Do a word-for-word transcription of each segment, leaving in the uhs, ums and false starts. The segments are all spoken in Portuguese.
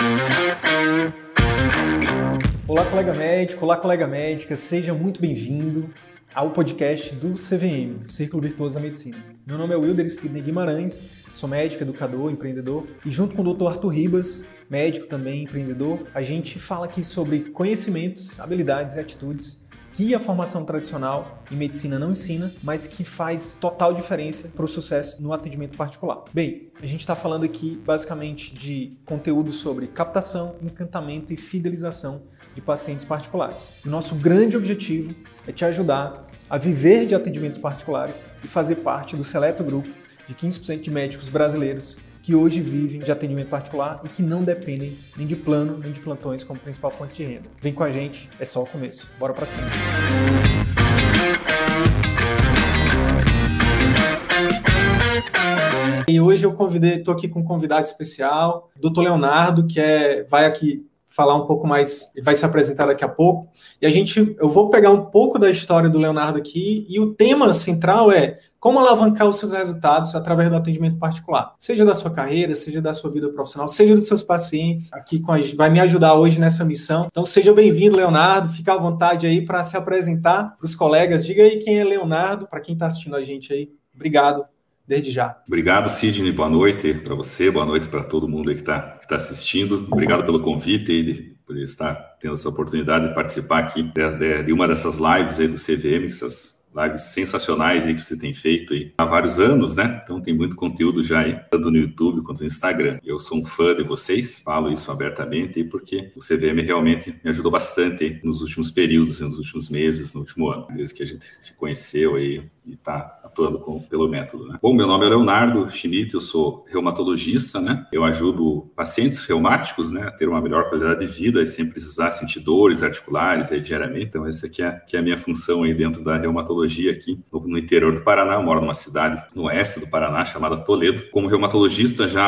Olá, colega médico, olá, colega médica, seja muito bem-vindo ao podcast do C V M, Círculo Virtuoso da Medicina. Meu nome é Wilder Sidney Guimarães, sou médico, educador, empreendedor e junto com o doutor Arthur Ribas, médico também, empreendedor, a gente fala aqui sobre conhecimentos, habilidades e atitudes que a formação tradicional em medicina não ensina, mas que faz total diferença para o sucesso no atendimento particular. Bem, a gente está falando aqui basicamente de conteúdo sobre captação, encantamento e fidelização de pacientes particulares. O nosso grande objetivo é te ajudar a viver de atendimentos particulares e fazer parte do seleto grupo de quinze por cento de médicos brasileiros que hoje vivem de atendimento particular e que não dependem nem de plano nem de plantões como principal fonte de renda. Vem com a gente, é só o começo. Bora pra cima! E hoje eu convidei, estou aqui com um convidado especial, doutor Leonardo, que é, vai aqui falar um pouco mais, vai se apresentar daqui a pouco. E a gente, eu vou pegar um pouco da história do Leonardo aqui e o tema central é como alavancar os seus resultados através do atendimento particular. Seja da sua carreira, seja da sua vida profissional, seja dos seus pacientes. Aqui com a, vai me ajudar hoje nessa missão. Então seja bem-vindo, Leonardo. Fica à vontade aí para se apresentar para os colegas. Diga aí quem é Leonardo, para quem está assistindo a gente aí. Obrigado. Desde já. Obrigado, Sidney. Boa noite para você, boa noite para todo mundo aí que está que tá assistindo. Obrigado pelo convite e de, por estar tendo essa oportunidade de participar aqui de, de, de uma dessas lives aí do C V M, essas lives sensacionais aí que você tem feito aí há vários anos, né? Então tem muito conteúdo já aí, tanto no YouTube quanto no Instagram. Eu sou um fã de vocês, falo isso abertamente aí porque o C V M realmente me ajudou bastante aí nos últimos períodos, nos últimos meses, no último ano, desde que a gente se conheceu aí e está atuando com, pelo método, né? Bom, meu nome é Leonardo Schmidt, eu sou reumatologista, né? Eu ajudo pacientes reumáticos, né, a ter uma melhor qualidade de vida sem precisar sentir dores articulares aí diariamente. Então essa aqui é, que é a minha função aí dentro da reumatologia aqui no, no interior do Paraná. Eu moro numa cidade no oeste do Paraná chamada Toledo. Como reumatologista já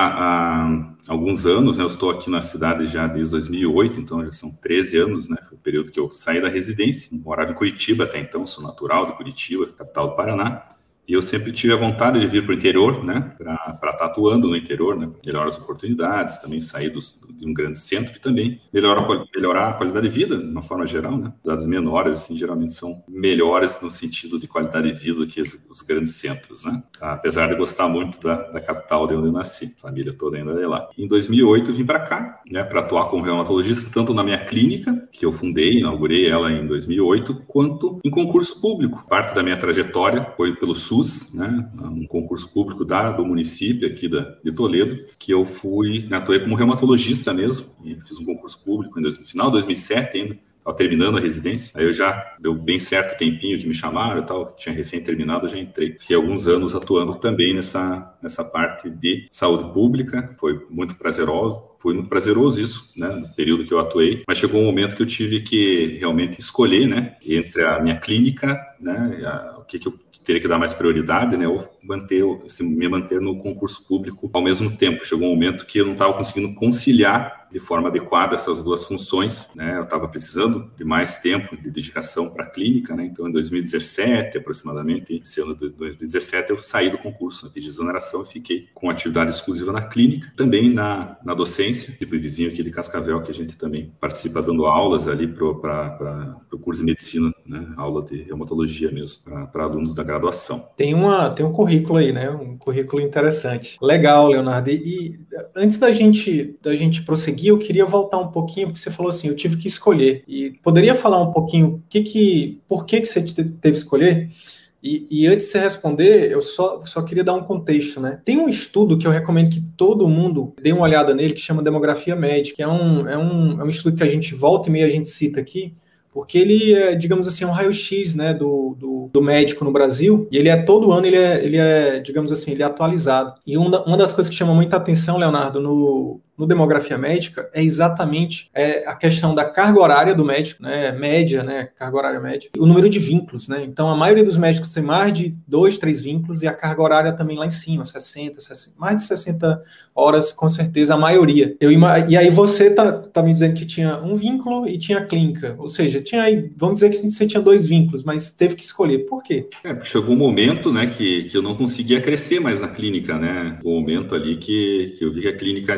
há alguns anos, né? Eu estou aqui na cidade já desde dois mil e oito, então já são treze anos, né? Foi o período que eu saí da residência. Eu morava em Curitiba até então, sou natural de Curitiba, capital do Paraná. E eu sempre tive a vontade de vir para o interior, né, para estar atuando no interior, né, melhorar as oportunidades, também sair dos, de um grande centro e também melhorar, melhorar a qualidade de vida, de uma forma geral, né. Cidades menores, assim, geralmente são melhores no sentido de qualidade de vida do que os, os grandes centros, né. Apesar de gostar muito da, da capital de onde eu nasci, a família toda ainda é lá. Em dois mil e oito eu vim para cá, né, para atuar como reumatologista, tanto na minha clínica, que eu fundei, inaugurei ela em dois mil e oito, quanto em concurso público. Parte da minha trajetória foi pelo SUS, né, um concurso público da, do município aqui da, de Toledo, que eu fui, atuei como reumatologista mesmo, e fiz um concurso público no final de dois mil e sete ainda, estava terminando a residência, aí eu já deu bem certo o tempinho que me chamaram e tal, tinha recém-terminado, eu já entrei. Fiquei alguns anos atuando também nessa, nessa parte de saúde pública, foi muito prazeroso, foi muito prazeroso isso, né, no período que eu atuei, mas chegou um momento que eu tive que realmente escolher, né, entre a minha clínica, né, a, o que, que eu teria que dar mais prioridade, né, ou manter, assim, me manter no concurso público ao mesmo tempo. Chegou um momento que eu não estava conseguindo conciliar de forma adequada essas duas funções, né, eu estava precisando de mais tempo de dedicação para a clínica, né, então em dois mil e dezessete, aproximadamente, esse ano de dois mil e dezessete, eu saí do concurso, né, pedi exoneração e fiquei com atividade exclusiva na clínica, também na, na docência, tipo vizinho aqui de Cascavel, que a gente também participa dando aulas ali para o curso de medicina, né, aula de reumatologia mesmo, para alunos da graduação. Tem, uma, tem um currículo aí, né? Um currículo interessante. Legal, Leonardo. E, e antes da gente, da gente prosseguir, eu queria voltar um pouquinho, porque você falou assim, eu tive que escolher. E poderia falar um pouquinho que que, por que, que você teve que escolher? E, e antes de você responder, eu só, só queria dar um contexto, né? Tem um estudo que eu recomendo que todo mundo dê uma olhada nele, que chama Demografia Médica, que é um, é um, é um estudo que a gente volta e meia a gente cita aqui, porque ele é, digamos assim, um raio-x, né, do, do, do médico no Brasil, e ele é todo ano, ele é, ele é digamos assim, ele é atualizado. E uma, uma das coisas que chama muita atenção, Leonardo, no, no Demografia Médica, é exatamente é, a questão da carga horária do médico, né, média, né, carga horária média, e o número de vínculos, né, então a maioria dos médicos tem mais de dois, três vínculos, e a carga horária também lá em cima, sessenta, sessenta, mais de sessenta horas, com certeza, a maioria. Eu, e aí você tá, tá me dizendo que tinha um vínculo e tinha clínica, ou seja, tinha aí, vamos dizer que você tinha dois vínculos, mas teve que escolher. Por quê? É, chegou um momento, né, que, que eu não conseguia crescer mais na clínica, né? Um momento ali que, que eu vi que a clínica estagnava.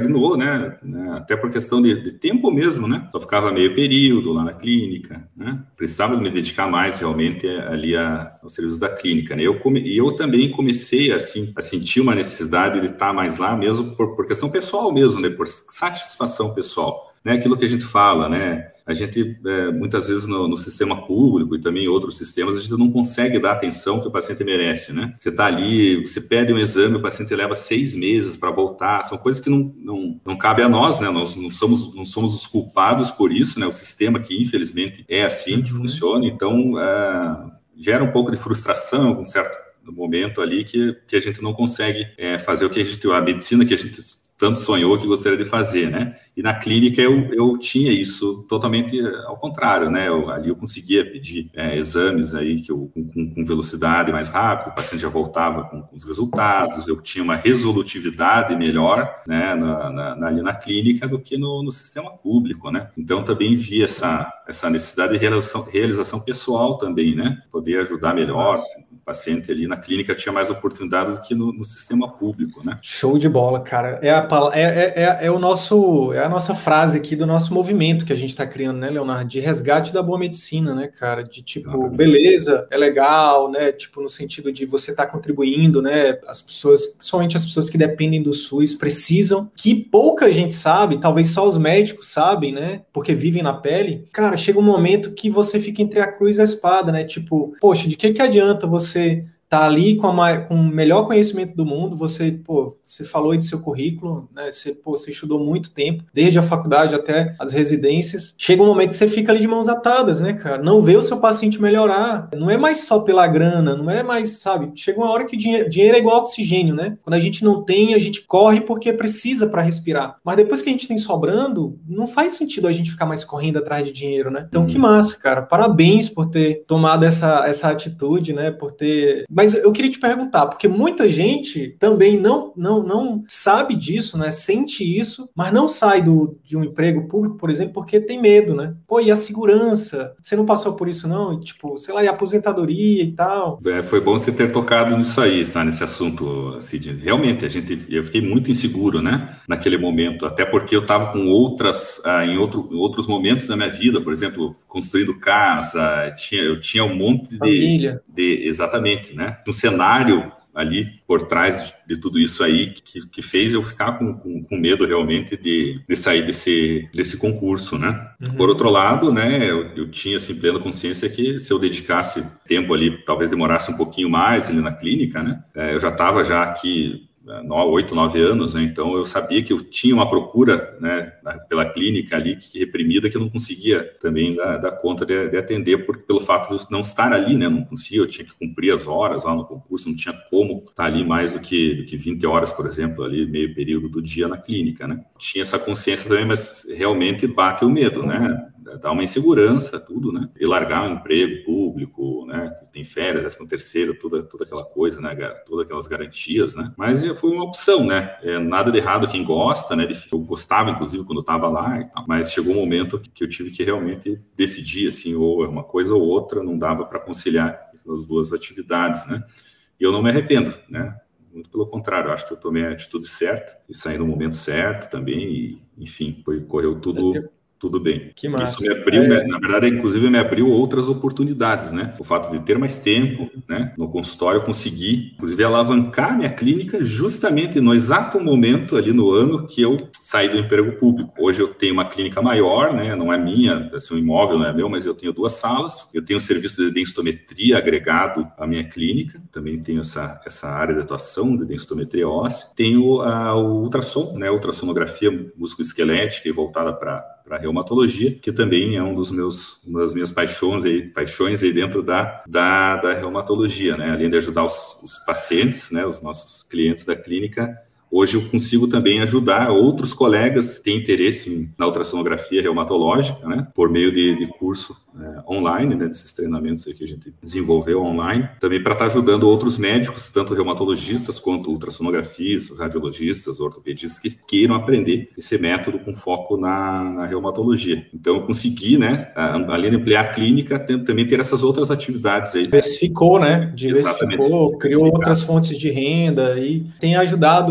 estagnou, né? Até por questão de, de tempo mesmo, né? Só ficava meio período lá na clínica, né? Precisava me dedicar mais realmente ali a, aos serviços da clínica, né? Eu come, e eu também comecei assim, a sentir uma necessidade de estar mais lá mesmo por, por questão pessoal mesmo, né? Por satisfação pessoal, né? Aquilo que a gente fala, né? A gente, é, muitas vezes, no, no sistema público e também em outros sistemas, a gente não consegue dar a atenção que o paciente merece, né? Você está ali, você pede um exame, o paciente leva seis meses para voltar, são coisas que não, não, não cabe a nós, né? Nós não somos, não somos os culpados por isso, né? O sistema que, infelizmente, é assim que uhum. funciona, então, é, gera um pouco de frustração em algum certo momento ali que, que a gente não consegue é, fazer o que a gente, a medicina que a gente tanto sonhou que gostaria de fazer, né? E na clínica eu, eu tinha isso totalmente ao contrário, né? Eu, ali eu conseguia pedir é, exames aí que eu, com, com velocidade mais rápido, o paciente já voltava com, com os resultados, eu tinha uma resolutividade melhor, né? Na, na, ali na clínica do que no, no sistema público, né? Então também vi essa, essa necessidade de realização, realização pessoal também, né? Poder ajudar melhor o paciente ali na clínica tinha mais oportunidade do que no, no sistema público, né? Show de bola, cara. É a É, é, é, o nosso, é a nossa frase aqui do nosso movimento que a gente está criando, né, Leonardo? De resgate da boa medicina, né, cara? De tipo, Exatamente. Beleza, é legal, né? Tipo, no sentido de você estar tá contribuindo, né? As pessoas, principalmente as pessoas que dependem do SUS, precisam, que pouca gente sabe, talvez só os médicos sabem, né? Porque vivem na pele. Cara, chega um momento que você fica entre a cruz e a espada, né? Tipo, poxa, de que que adianta você tá ali com, a, com o melhor conhecimento do mundo, você, pô, você falou aí do seu currículo, né, você, pô, você estudou muito tempo, desde a faculdade até as residências, chega um momento que você fica ali de mãos atadas, né, cara, não vê o seu paciente melhorar, não é mais só pela grana, não é mais, sabe, chega uma hora que dinheiro, dinheiro é igual oxigênio, né, quando a gente não tem, a gente corre porque precisa para respirar, mas depois que a gente tem sobrando, não faz sentido a gente ficar mais correndo atrás de dinheiro, né, então que massa, cara, parabéns por ter tomado essa, essa atitude, né, por ter... Mas eu queria te perguntar, porque muita gente também não, não, não sabe disso, né? Sente isso, mas não sai do, de um emprego público, por exemplo, porque tem medo, né? Pô, e a segurança? Você não passou por isso, não? Tipo, sei lá, e a aposentadoria e tal? É, foi bom você ter tocado nisso aí, tá? Nesse assunto, Cid. Realmente, a gente, eu fiquei muito inseguro, né? Naquele momento, até porque eu estava com outras, ah, em outro, outros momentos da minha vida, por exemplo, construindo casa, tinha, eu tinha um monte de... Família. De, exatamente, né? Um cenário ali por trás de tudo isso aí que, que fez eu ficar com, com, com medo realmente de, de sair desse, desse concurso, né? Uhum. Por outro lado, né, eu, eu tinha assim, plena consciência que se eu dedicasse tempo ali, talvez demorasse um pouquinho mais ali na clínica, né? É, eu já estava já aqui oito, nove anos, né? Então eu sabia que eu tinha uma procura, né, pela clínica ali que reprimida, que eu não conseguia também dar, dar conta de, de atender por, pelo fato de não estar ali, né? Não conseguia, eu tinha que cumprir as horas lá no concurso, não tinha como estar ali mais do que, do que vinte horas, por exemplo, ali meio período do dia na clínica, né? Tinha essa consciência também, mas realmente bate o medo, né? Dá uma insegurança, tudo, né? E largar um emprego público, né? Tem férias, décimo terceiro, toda, toda aquela coisa, né? Todas aquelas garantias, né? Mas foi uma opção, né? É, nada de errado quem gosta, né? Eu gostava, inclusive, quando eu estava lá e tal. Mas chegou um momento que eu tive que realmente decidir, assim, ou é uma coisa ou outra, não dava para conciliar as duas atividades, né? E eu não me arrependo, né? Muito pelo contrário, eu acho que eu tomei a atitude certa e saí no momento certo também e, enfim, foi, correu tudo... Tudo bem. Que massa. Isso me abriu, é. na verdade, inclusive me abriu outras oportunidades, né? O fato de ter mais tempo, né? No consultório eu consegui, inclusive, alavancar minha clínica justamente no exato momento ali no ano que eu saí do emprego público. Hoje eu tenho uma clínica maior, né? Não é minha, assim, um imóvel não é meu, mas eu tenho duas salas. Eu tenho um serviço de densitometria agregado à minha clínica. Também tenho essa, essa área de atuação de densitometria óssea. Tenho a, o ultrassom, né? Ultrassonografia musculoesquelética e voltada para para reumatologia, que também é um dos meus, uma das minhas paixões aí, paixões aí dentro da, da, da reumatologia, né? Além de ajudar os, os pacientes, né? Os nossos clientes da clínica, hoje eu consigo também ajudar outros colegas que têm interesse em, na ultrassonografia reumatológica, né? Por meio de, de curso é, online, né? Desses treinamentos aí que a gente desenvolveu online, também para estar ajudando outros médicos, tanto reumatologistas quanto ultrassonografistas, radiologistas, ortopedistas, que queiram aprender esse método com foco na, na reumatologia. Então eu consegui, né? Além de ampliar a clínica, tem, também ter essas outras atividades aí. Diversificou, né? Diversificou, criou outras fontes de renda e tem ajudado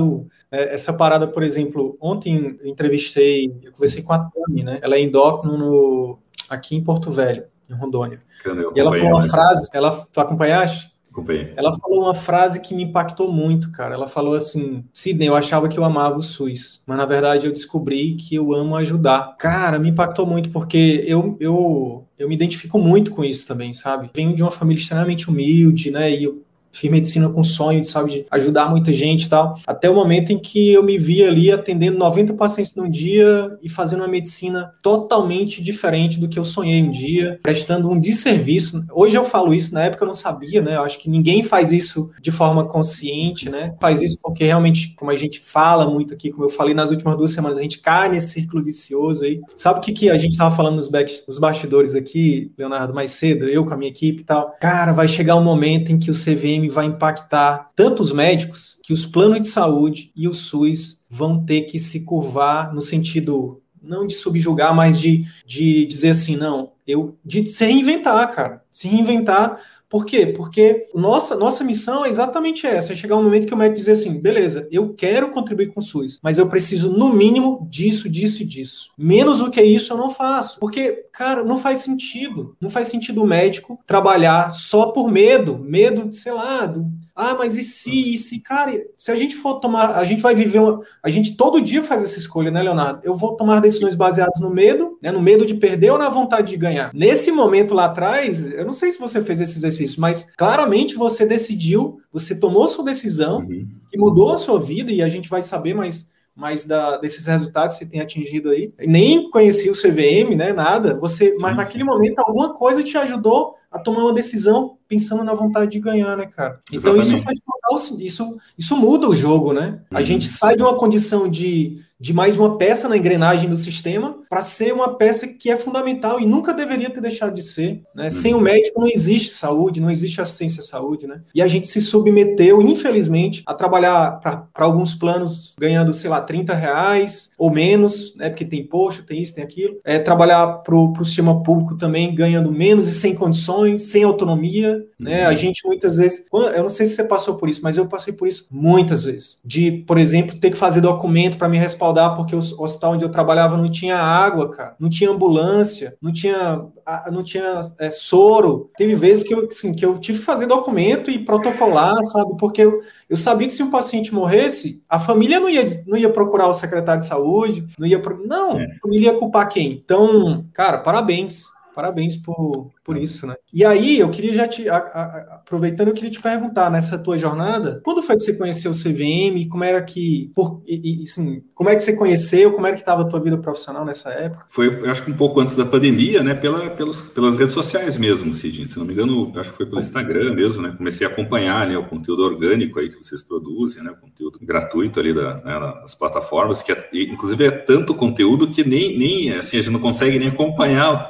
É, essa parada, por exemplo, ontem eu entrevistei, eu conversei com a Tami, né? Ela é endócrino no, aqui em Porto Velho, em Rondônia. Eu e ela falou uma né? frase, ela, tu acompanhaste? Acompanhei. Ela falou uma frase que me impactou muito, cara. Ela falou assim, Sidney, eu achava que eu amava o SUS, mas na verdade eu descobri que eu amo ajudar. Cara, me impactou muito porque eu, eu, eu me identifico muito com isso também, sabe? Venho de uma família extremamente humilde, né? E eu fiz medicina com sonho, sabe, de ajudar muita gente e tal, até o momento em que eu me vi ali atendendo noventa pacientes num dia e fazendo uma medicina totalmente diferente do que eu sonhei um dia, prestando um desserviço. Hoje eu falo isso, na época eu não sabia, né, eu acho que ninguém faz isso de forma consciente, né, faz isso porque realmente, como a gente fala muito aqui, como eu falei nas últimas duas semanas, a gente cai nesse círculo vicioso aí. Sabe o que, que a gente tava falando nos, back, nos bastidores aqui, Leonardo, mais cedo, eu com a minha equipe e tal? Cara, vai chegar um momento em que o C V M vai impactar tanto os médicos que os planos de saúde e o SUS vão ter que se curvar no sentido não de subjugar, mas de, de dizer assim, não, eu de se reinventar, cara, se reinventar. Por quê? Porque nossa, nossa missão é exatamente essa, é chegar um momento que o médico dizer assim, beleza, eu quero contribuir com o SUS, mas eu preciso, no mínimo, disso, disso e disso. Menos do que isso eu não faço. Porque, cara, não faz sentido. Não faz sentido o médico trabalhar só por medo, medo de, sei lá, do, ah, mas e se, e se, cara, se a gente for tomar, a gente vai viver, uma, a gente todo dia faz essa escolha, né, Leonardo? Eu vou tomar decisões baseadas no medo, né, no medo de perder ou na vontade de ganhar. Nesse momento lá atrás, eu não sei se você fez esse exercício, mas claramente você decidiu, você tomou sua decisão, uhum, que mudou a sua vida, e a gente vai saber mais, mais da, desses resultados que você tem atingido aí. Nem conhecia o C V M, né, nada, você, sim, mas naquele sim. momento alguma coisa te ajudou a tomar uma decisão pensando na vontade de ganhar, né, cara? Então Exatamente. isso faz total, isso, isso muda o jogo, né? Uhum. A gente sai de uma condição de, de mais uma peça na engrenagem do sistema para ser uma peça que é fundamental e nunca deveria ter deixado de ser, né? Uhum. Sem o médico não existe saúde, não existe assistência à saúde, né? E a gente se submeteu, infelizmente, a trabalhar para alguns planos ganhando, sei lá, trinta reais ou menos, né? Porque tem posto, tem isso, tem aquilo. É, trabalhar para o sistema público também ganhando menos e sem condições, sem autonomia, né? A gente muitas vezes, eu não sei se você passou por isso, mas eu passei por isso muitas vezes, de, por exemplo, ter que fazer documento para me respaldar porque o hospital onde eu trabalhava não tinha água, cara, não tinha ambulância, não tinha, não tinha é, soro. Teve vezes que eu, assim, que eu tive que fazer documento e protocolar, sabe, porque eu, eu sabia que se um paciente morresse, a família não ia, não ia procurar o secretário de saúde, não ia, não, a família ia culpar quem? Então, cara, parabéns. Parabéns por, por isso, né? E aí, eu queria já te... A, a, aproveitando, eu queria te perguntar, nessa tua jornada, quando foi que você conheceu o C V M? Como era que... Por, e, e, assim, como é que você conheceu? Como era que estava a tua vida profissional nessa época? Foi, eu acho que um pouco antes da pandemia, né? Pela, pelos, pelas redes sociais mesmo, Sidney. Se não me engano, acho que foi pelo Instagram mesmo, né? Comecei a acompanhar, né, o conteúdo orgânico aí que vocês produzem, né? O conteúdo gratuito ali da, né, nas plataformas, que é, inclusive é tanto conteúdo que nem, nem assim, a gente não consegue nem acompanhar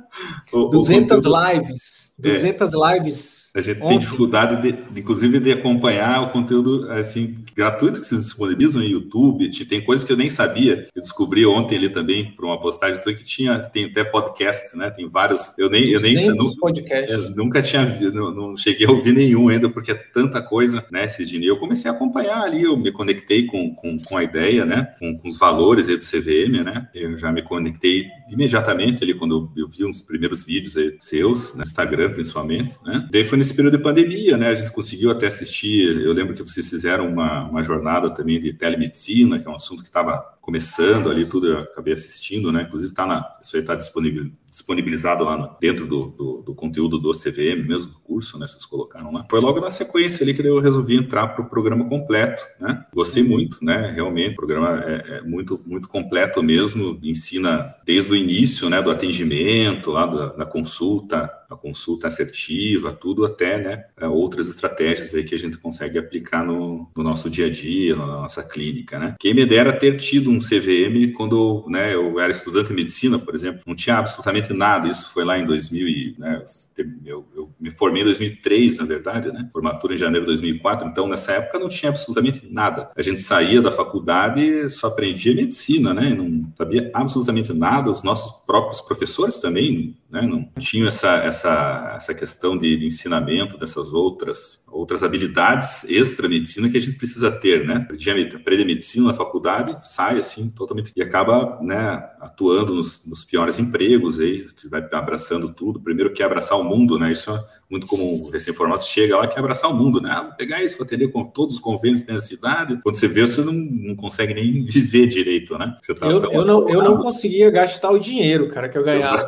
o, duzentas lives, duzentas é, lives. A gente ontem. tem dificuldade, de, inclusive, de acompanhar o conteúdo assim gratuito que vocês disponibilizam no YouTube. Tem coisas que eu nem sabia. Eu descobri ontem ali também, por uma postagem que tinha, tem até podcast, né? Tem vários. Eu nem, eu nem sei. Eu nunca tinha, não, não cheguei a ouvir nenhum ainda, porque é tanta coisa, né, Sidney? Eu comecei a acompanhar ali, eu me conectei com, com, com a ideia, né? Com, com os valores aí do C V M, né? Eu já me conectei imediatamente ali quando eu, eu vi uns primeiros vídeos aí seus, no Instagram principalmente, né? Daí foi nesse período de pandemia, né? A gente conseguiu até assistir, eu lembro que vocês fizeram uma, uma jornada também de telemedicina, que é um assunto que estava começando ali, tudo eu acabei assistindo, né? Inclusive tá na, isso aí está disponível, disponibilizado lá no, dentro do, do, do conteúdo do C V M, mesmo do curso, né? Vocês colocaram lá. Foi logo na sequência ali que eu resolvi entrar para o programa completo, né? Gostei muito, né? Realmente, o programa é, é muito, muito completo mesmo, ensina desde o início, né? Do atendimento, lá da, da consulta, a consulta assertiva, tudo até, né? Outras estratégias aí que a gente consegue aplicar no, no nosso dia a dia, na nossa clínica, né? Quem me dera ter tido um C V M quando, né, eu era estudante de medicina, por exemplo, não tinha absolutamente nada. Isso foi lá em dois mil e, né, eu, eu me formei em dois mil e três, na verdade, né, formatura em janeiro de dois mil e quatro, então nessa época não tinha absolutamente nada. A gente saía da faculdade e só aprendia medicina, né, não sabia absolutamente nada. Os nossos próprios professores também né? Não tinham essa, essa, essa questão de, de ensinamento dessas outras, outras habilidades extra-medicina que a gente precisa ter, né? Aprende medicina na faculdade, sai assim totalmente e acaba, né, atuando nos, nos piores empregos aí, que vai abraçando tudo. Primeiro quer abraçar o mundo, né? Isso é muito comum. O recém-formado chega lá e quer abraçar o mundo, né? Ah, vou pegar isso, vou atender com todos os convênios que tem na cidade. Quando você vê, você não, não consegue nem viver direito, né? Você tá eu, tão eu, não, eu não conseguia gastar o dinheiro, cara, que eu ganhava.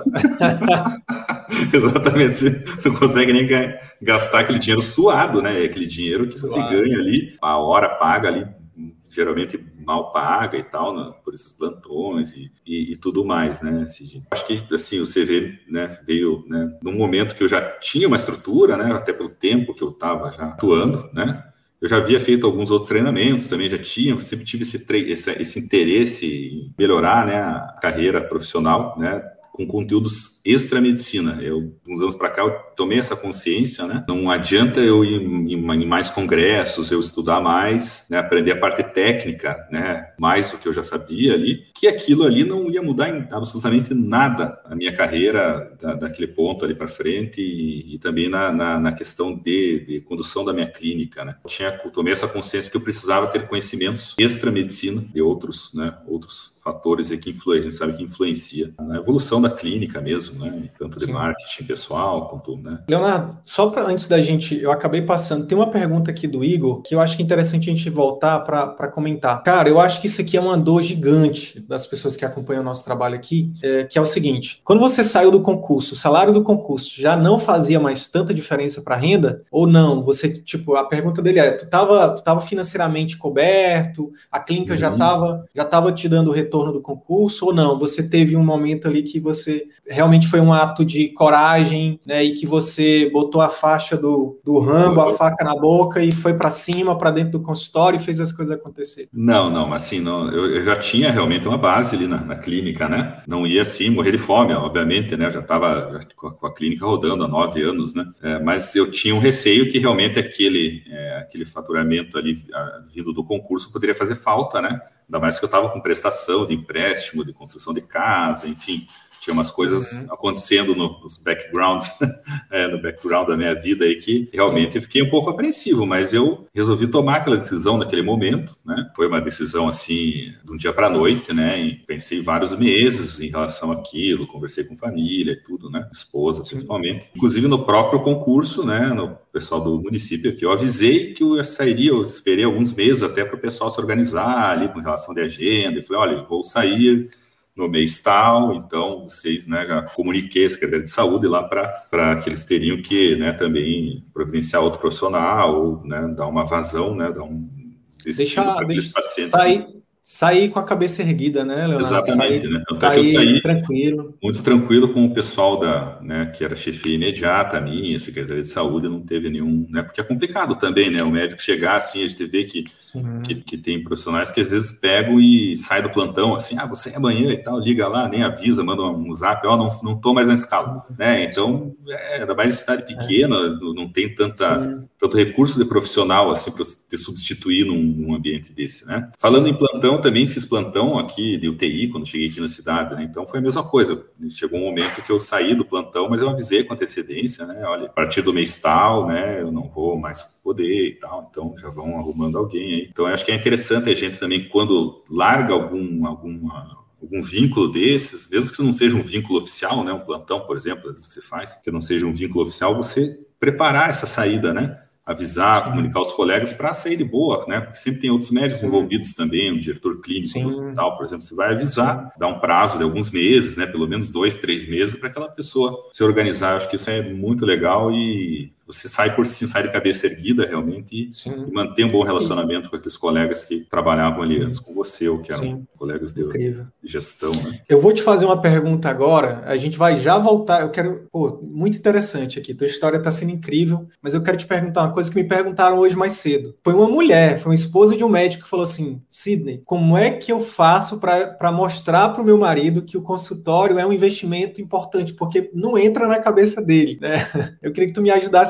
Exatamente, você não consegue nem gastar aquele dinheiro suado, né? Aquele dinheiro que você suado. Ganha ali, a hora paga ali, geralmente mal paga e tal, né? Por esses plantões e, e, e tudo mais, né? Assim, acho que assim, o C V, né, veio, né, num momento que eu já tinha uma estrutura, né? Até pelo tempo que eu estava já atuando, né? Eu já havia feito alguns outros treinamentos, também já tinha, sempre tive esse, esse, esse interesse em melhorar, né, a carreira profissional, né? Com conteúdos extra-medicina. Eu, uns anos para cá, eu tomei essa consciência, né? Não adianta eu ir em, em mais congressos, eu estudar mais, né? Aprender a parte técnica, né? Mais do que eu já sabia ali, que aquilo ali não ia mudar em absolutamente nada a minha carreira da, daquele ponto ali para frente e, e também na, na, na questão de, de condução da minha clínica, né? Eu tinha, eu tomei essa consciência que eu precisava ter conhecimentos extra-medicina de outros, né? Outros fatores que influenciam, a gente sabe que influencia na evolução da clínica mesmo, né? Tanto de Sim. marketing pessoal quanto, né? Leonardo, só para antes da gente, eu acabei passando, tem uma pergunta aqui do Igor que eu acho que é interessante a gente voltar para comentar. Cara, eu acho que isso aqui é uma dor gigante das pessoas que acompanham o nosso trabalho aqui, é, que é o seguinte: quando você saiu do concurso, o salário do concurso já não fazia mais tanta diferença para a renda ou não? Você, tipo, a pergunta dele é, tu estava tu tava financeiramente coberto, a clínica uhum. já estava já tava te dando o retorno do concurso ou não? Você teve um momento ali que você realmente foi um ato de coragem, né, e que você botou a faixa do, do Rambo, a faca na boca e foi para cima, para dentro do consultório e fez as coisas acontecer? Não, não, assim, não, eu, eu já tinha realmente uma base ali na, na clínica, né? Não ia assim morrer de fome, obviamente, né? Eu já estava com, com a clínica rodando há nove anos, né? É, mas eu tinha um receio que realmente aquele, é, aquele faturamento ali a, vindo do concurso poderia fazer falta, né? Ainda mais que eu estava com prestação de empréstimo, de construção de casa, enfim, tinha umas coisas uhum. acontecendo no, nos backgrounds, é, no background da minha vida aí que realmente eu fiquei um pouco apreensivo, mas eu resolvi tomar aquela decisão naquele momento, né? Foi uma decisão assim, de um dia para a noite, né? E pensei vários meses em relação àquilo, conversei com família e tudo, né? Esposa, Sim. principalmente. Inclusive no próprio concurso, né? No pessoal do município aqui, eu avisei que eu sairia, eu esperei alguns meses até para o pessoal se organizar ali com relação de agenda, e falei, olha, vou sair no mês tal, então vocês, né, já comuniquei a Secretaria de Saúde lá para que eles teriam que, né, também providenciar outro profissional, ou, né, dar uma vazão, né, dar um destino para aqueles pacientes. Sair, sair com a cabeça erguida, né, Leonardo? Exatamente, sair, né? Tanto é que eu saí tranquilo. muito tranquilo com o pessoal da, né, que era chefia imediata, a minha, a Secretaria de Saúde, não teve nenhum, né, porque é complicado também, né, o médico chegar assim, a gente vê que, que, que tem profissionais que às vezes pegam e saem do plantão, assim, ah, você é amanhã e tal, liga lá, nem avisa, manda um zap, ó, oh, não, não tô mais na escala, Sim. né, então, é, ainda mais em cidade pequena, é. não, não tem tanta, tanto recurso de profissional, assim, para te substituir num, num ambiente desse, né. Falando Sim. em plantão, também fiz plantão aqui de U T I quando cheguei aqui na cidade, né? Então foi a mesma coisa. Chegou um momento que eu saí do plantão, mas eu avisei com antecedência, né? Olha, a partir do mês tal, né? Eu não vou mais poder e tal. Então já vão arrumando alguém aí. Então eu acho que é interessante a gente também, quando larga algum, alguma, algum vínculo desses, mesmo que não seja um vínculo oficial, né? Um plantão, por exemplo, às vezes que você faz, que não seja um vínculo oficial, você preparar essa saída, né? Avisar, Sim. comunicar os colegas para sair de boa, né? Porque sempre tem outros médicos Sim. envolvidos também, um diretor clínico Sim. do hospital, por exemplo, você vai avisar, Sim. dar um prazo de alguns meses, né? Pelo menos dois, três meses para aquela pessoa se organizar. Eu acho que isso é muito legal e você sai por si, sai de cabeça erguida realmente e, e mantém um bom relacionamento Sim. com aqueles colegas que trabalhavam ali antes com você ou que eram Sim. colegas de, de gestão, né? Eu vou te fazer uma pergunta agora, a gente vai já voltar, eu quero, pô, muito interessante aqui, tua história está sendo incrível, mas eu quero te perguntar uma coisa que me perguntaram hoje mais cedo. Foi uma mulher, foi uma esposa de um médico que falou assim, Sidney, como é que eu faço para mostrar para o meu marido que o consultório é um investimento importante, porque não entra na cabeça dele, né? Eu queria que tu me ajudasse a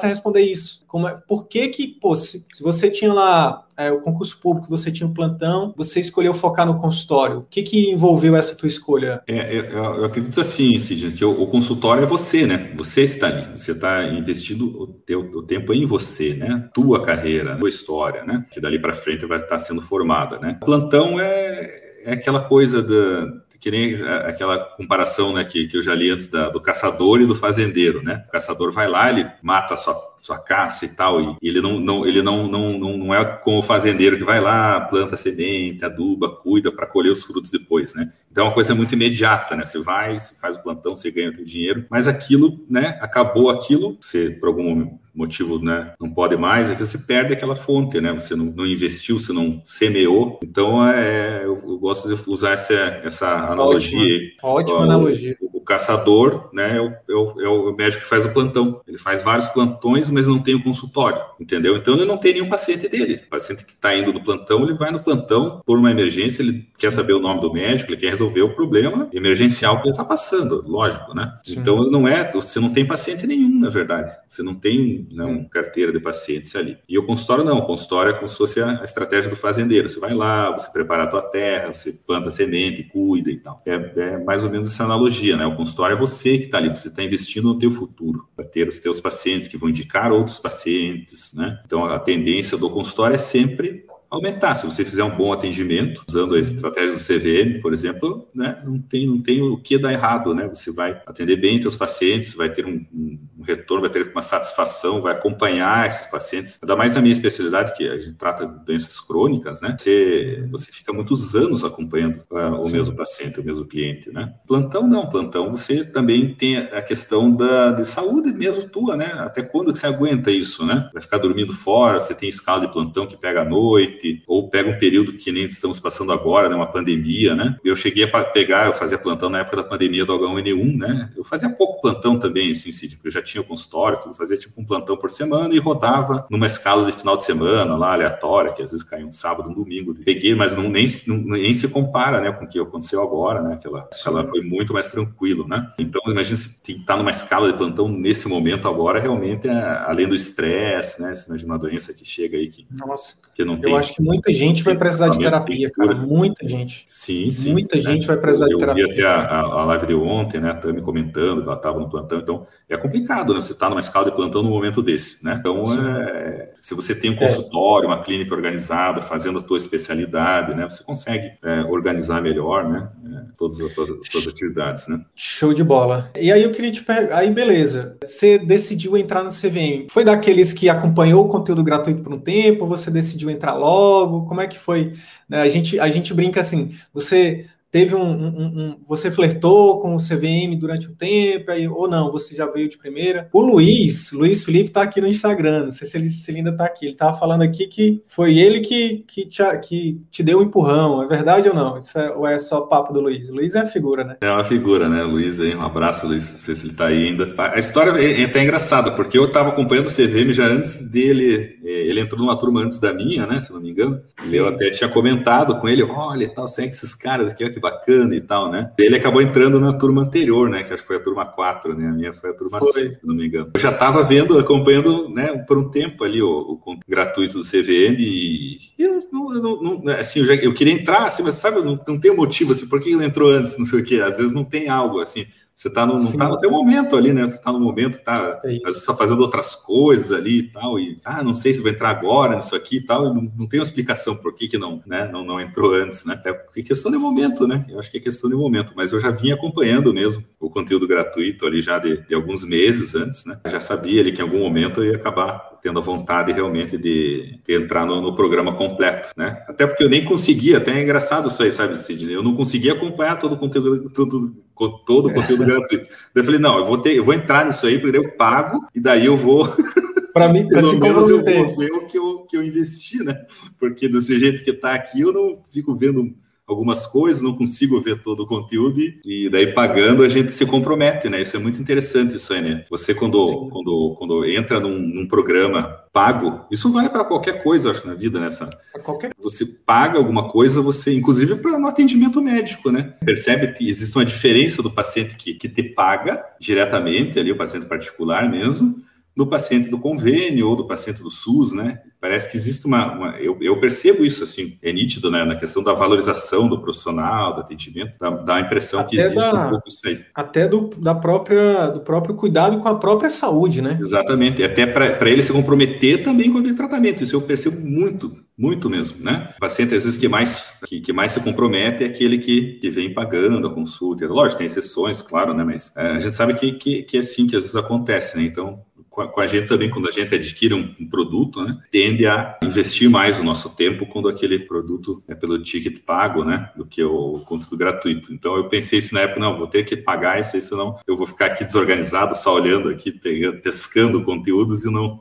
a responder isso. Como é, por que que, pô, se, se você tinha lá é, o concurso público, você tinha o plantão, você escolheu focar no consultório? O que que envolveu essa tua escolha? É, eu, eu acredito assim, Sidney, que o, o consultório é você, né? Você está ali, você está investindo o, teu, o tempo em você, né? Tua carreira, tua história, né? Que dali para frente vai estar sendo formada, né? O plantão é, é aquela coisa da... que nem aquela comparação, né, que, que eu já li antes da, do caçador e do fazendeiro, né? O caçador vai lá, ele mata a sua, sua caça e tal, e ele, não, não, ele não, não, não, não é como o fazendeiro que vai lá, planta semente, aduba, cuida para colher os frutos depois, né? Então é uma coisa muito imediata, né? Você vai, você faz o plantão, você ganha o seu dinheiro, mas aquilo, né, acabou aquilo, você por algum motivo, né, não pode mais, é que você perde aquela fonte, né? Você não, não investiu, você não semeou. Então, é, eu, eu gosto de usar essa, essa analogia. Ótima, ótima o, analogia. O, o caçador, né, é o, é, o, é o médico que faz o plantão. Ele faz vários plantões, mas não tem o consultório, entendeu? Então, ele não tem nenhum paciente dele. O paciente que está indo no plantão, ele vai no plantão por uma emergência, ele quer saber o nome do médico, ele quer resolver o problema emergencial que ele está passando, lógico, né? Sim. Então, não é, você não tem paciente nenhum, na verdade. Você não tem Né, uma carteira de pacientes ali. E o consultório não, o consultório é como se fosse a, a estratégia do fazendeiro. Você vai lá, você prepara a tua terra, você planta semente, cuida e tal. É, é mais ou menos essa analogia, né? O consultório é você que está ali, você está investindo no teu futuro, para ter os teus pacientes que vão indicar outros pacientes, né? Então a tendência do consultório é sempre aumentar. Se você fizer um bom atendimento, usando a estratégia do C V M, por exemplo, né, não tem, não tem o que dar errado, né? Você vai atender bem seus pacientes, vai ter um, um retorno, vai ter uma satisfação, vai acompanhar esses pacientes. Ainda mais na minha especialidade, que a gente trata de doenças crônicas, né? Você, você fica muitos anos acompanhando uh, o Sim. mesmo paciente, o mesmo cliente, né? Plantão não, plantão você também tem a questão da, de saúde mesmo tua, né? Até quando que você aguenta isso, né? Vai ficar dormindo fora, você tem escala de plantão que pega à noite, ou pega um período que nem estamos passando agora, né, uma pandemia, né? Eu cheguei a pegar, eu fazia plantão na época da pandemia do H um N um, né? Eu fazia pouco plantão também, assim, assim tipo, eu já tinha o consultório, tudo, fazia tipo um plantão por semana e rodava numa escala de final de semana lá, aleatória, que às vezes caía um sábado, um domingo. Peguei, mas não, nem, não, nem se compara, né, com o que aconteceu agora, né? Aquela, aquela foi muito mais tranquilo, né? Então, imagina se estar numa escala de plantão nesse momento agora, realmente, é, além do estresse, né? Você imagina uma doença que chega aí que, Nossa, que não tem... Eu acho que muita gente vai precisar de terapia, cara. Muita gente. Sim, sim. Muita né? gente vai precisar eu, de terapia. Eu vi até a, a live de ontem, né? A Tami comentando que ela estava no plantão. Então, é complicado, né? Você está numa escala de plantão num momento desse, né? Então, é, se você tem um consultório, uma clínica organizada, fazendo a tua especialidade, né? Você consegue é, organizar melhor, né? É, todas as tuas, tuas atividades, né? Show de bola. E aí eu queria te perguntar, aí beleza, você decidiu entrar no C V M. Foi daqueles que acompanhou o conteúdo gratuito por um tempo, ou você decidiu entrar logo? Como é que foi? A gente, a gente brinca assim, você teve um, um, um... Você flertou com o C V M durante um tempo, aí, ou não, você já veio de primeira? O Luiz, Luiz Felipe tá aqui no Instagram, não sei se ele, se ele ainda tá aqui, ele tava falando aqui que foi ele que, que, te, que te deu um empurrão, é verdade ou não? Isso é, ou é só papo do Luiz? O Luiz é figura, né? É uma figura, né, Luiz, aí, um abraço, Luiz, não sei se ele tá aí ainda. A história é até engraçada, porque eu tava acompanhando o C V M já antes dele, ele entrou numa turma antes da minha, né, se não me engano, e eu até tinha comentado com ele, olha, tal, segue esses caras aqui, ó, que bacana e tal, né? Ele acabou entrando na turma anterior, né? Que acho que foi a turma quatro, né? A minha foi a turma cinco, se não me engano. Eu já estava vendo, acompanhando, né, por um tempo ali o, o conteúdo gratuito do C V M e eu não, eu não, não assim, eu, já, eu queria entrar, assim, mas sabe, não, não tem motivo, assim, por que ele entrou antes, não sei o quê. Às vezes não tem algo, assim, você tá no, não Sim. tá no teu momento ali, né? Você tá no momento, tá, é às vezes tá fazendo outras coisas ali e tal, e, ah, não sei se vai entrar agora nisso aqui e tal, e não, não tem uma explicação por que que não, né, não, não entrou antes, né? É questão de momento, né? Eu acho que é questão de momento, mas eu já vinha acompanhando mesmo o conteúdo gratuito ali já de, de alguns meses antes, né? Eu já sabia ali que em algum momento eu ia acabar tendo a vontade realmente de, de entrar no, no programa completo, né? Até porque eu nem conseguia, até é engraçado isso aí, sabe, Sidney? Eu não conseguia acompanhar todo o conteúdo, tudo, todo o conteúdo gratuito. Daí eu falei, não, eu vou, ter, eu vou entrar nisso aí, porque daí eu pago e daí eu vou... Para mim, pelo menos eu vou ver o que eu, que eu investi, né? Porque desse jeito que tá aqui, eu não fico vendo algumas coisas, não consigo ver todo o conteúdo e, e daí pagando a gente se compromete, né? Isso é muito interessante, isso aí, né? Você quando, quando, quando entra num, num programa pago, isso vale para qualquer coisa, eu acho, na vida, né? Qualquer... Você paga alguma coisa, você, inclusive para no atendimento médico, né? Percebe que existe uma diferença do paciente que, que te paga diretamente, ali o paciente particular mesmo, do paciente do convênio ou do paciente do SUS, né? Parece que existe uma... uma eu, eu percebo isso, assim, é nítido, né? Na questão da valorização do profissional, do atendimento, dá, dá a impressão até que existe da, um pouco isso aí. Até do, da própria, do próprio cuidado com a própria saúde, né? Exatamente, e até para ele se comprometer também com o tratamento, isso eu percebo muito, muito mesmo, né? O paciente, às vezes, que mais, que, que mais se compromete é aquele que, que vem pagando a consulta. Lógico, tem exceções, claro, né? Mas é, a gente sabe que, que, que é assim que às vezes acontece, né? Então, com a gente também, quando a gente adquire um, um produto, né, tende a investir mais o nosso tempo quando aquele produto é pelo ticket pago, né, do que o conteúdo gratuito. Então, eu pensei isso na época, não, vou ter que pagar isso aí, senão eu vou ficar aqui desorganizado, só olhando aqui, pegando, pescando conteúdos e não,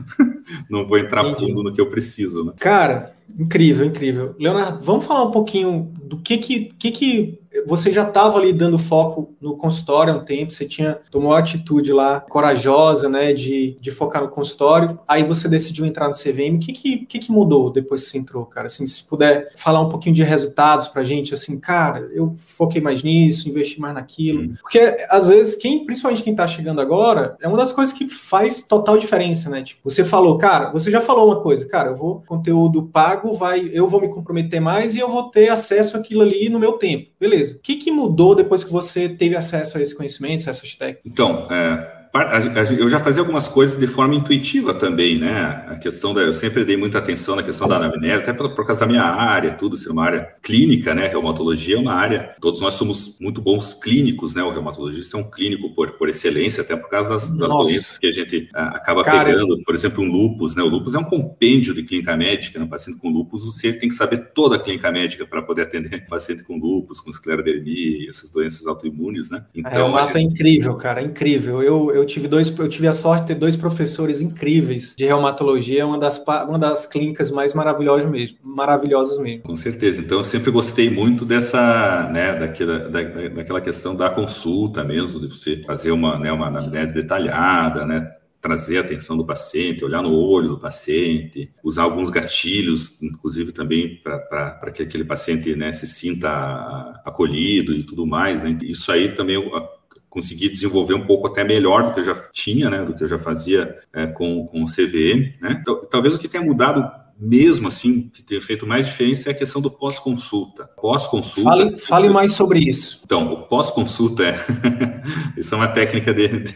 não vou entrar Entendi. fundo no que eu preciso, né. Cara, incrível, incrível. Leonardo, vamos falar um pouquinho do que que, que, que você já estava ali dando foco no consultório há um tempo, você tinha tomou a atitude lá corajosa, né, de, de focar no consultório, aí você decidiu entrar no C V M. O que que, que que mudou depois que você entrou, cara? Assim, se puder falar um pouquinho de resultados pra gente, assim, cara, eu foquei mais nisso, investi mais naquilo, hum. porque às vezes, quem, principalmente quem tá chegando agora, é uma das coisas que faz total diferença, né? Tipo, você falou, cara, você já falou uma coisa, cara, eu vou, conteúdo pago, vai, eu vou me comprometer mais e eu vou ter acesso àquilo ali no meu tempo, beleza. O que, que mudou depois que você teve acesso a esse conhecimento, a essas técnicas? Então, é, eu já fazia algumas coisas de forma intuitiva também, né? A questão da, eu sempre dei muita atenção na questão da anamnese, até por, por causa da minha área, tudo, ser uma área clínica, né? Reumatologia é uma área, todos nós somos muito bons clínicos, né? O reumatologista é um clínico por, por excelência, até por causa das, das doenças que a gente a, acaba Cara, pegando, por exemplo, um lúpus, né? O lúpus é um compêndio de clínica médica, né? Um paciente com lúpus, você tem que saber toda a clínica médica para poder atender um paciente com lúpus, com esclerodermia, essas doenças autoimunes, né? Então, é, o mapa gente... é incrível, cara, é incrível. Eu, eu tive dois, eu tive a sorte de ter dois professores incríveis de reumatologia, uma das, uma das clínicas mais maravilhosas mesmo, maravilhosas mesmo. Com certeza. Então, eu sempre gostei muito dessa, né, daquela, da, daquela questão da consulta mesmo, de você fazer uma, né, uma anamnese detalhada, né, trazer a atenção do paciente, olhar no olho do paciente, usar alguns gatilhos, inclusive também para que aquele paciente, né, se sinta acolhido e tudo mais, né? Isso aí também eu consegui desenvolver um pouco até melhor do que eu já tinha, né, do que eu já fazia é, com, com o C V M, né? Então, talvez o que tenha mudado mesmo assim, que tenha feito mais diferença é a questão do pós-consulta. Pós-consulta... Fale, assim, fale mais sobre isso. Então, o pós-consulta é... isso é uma técnica de... de...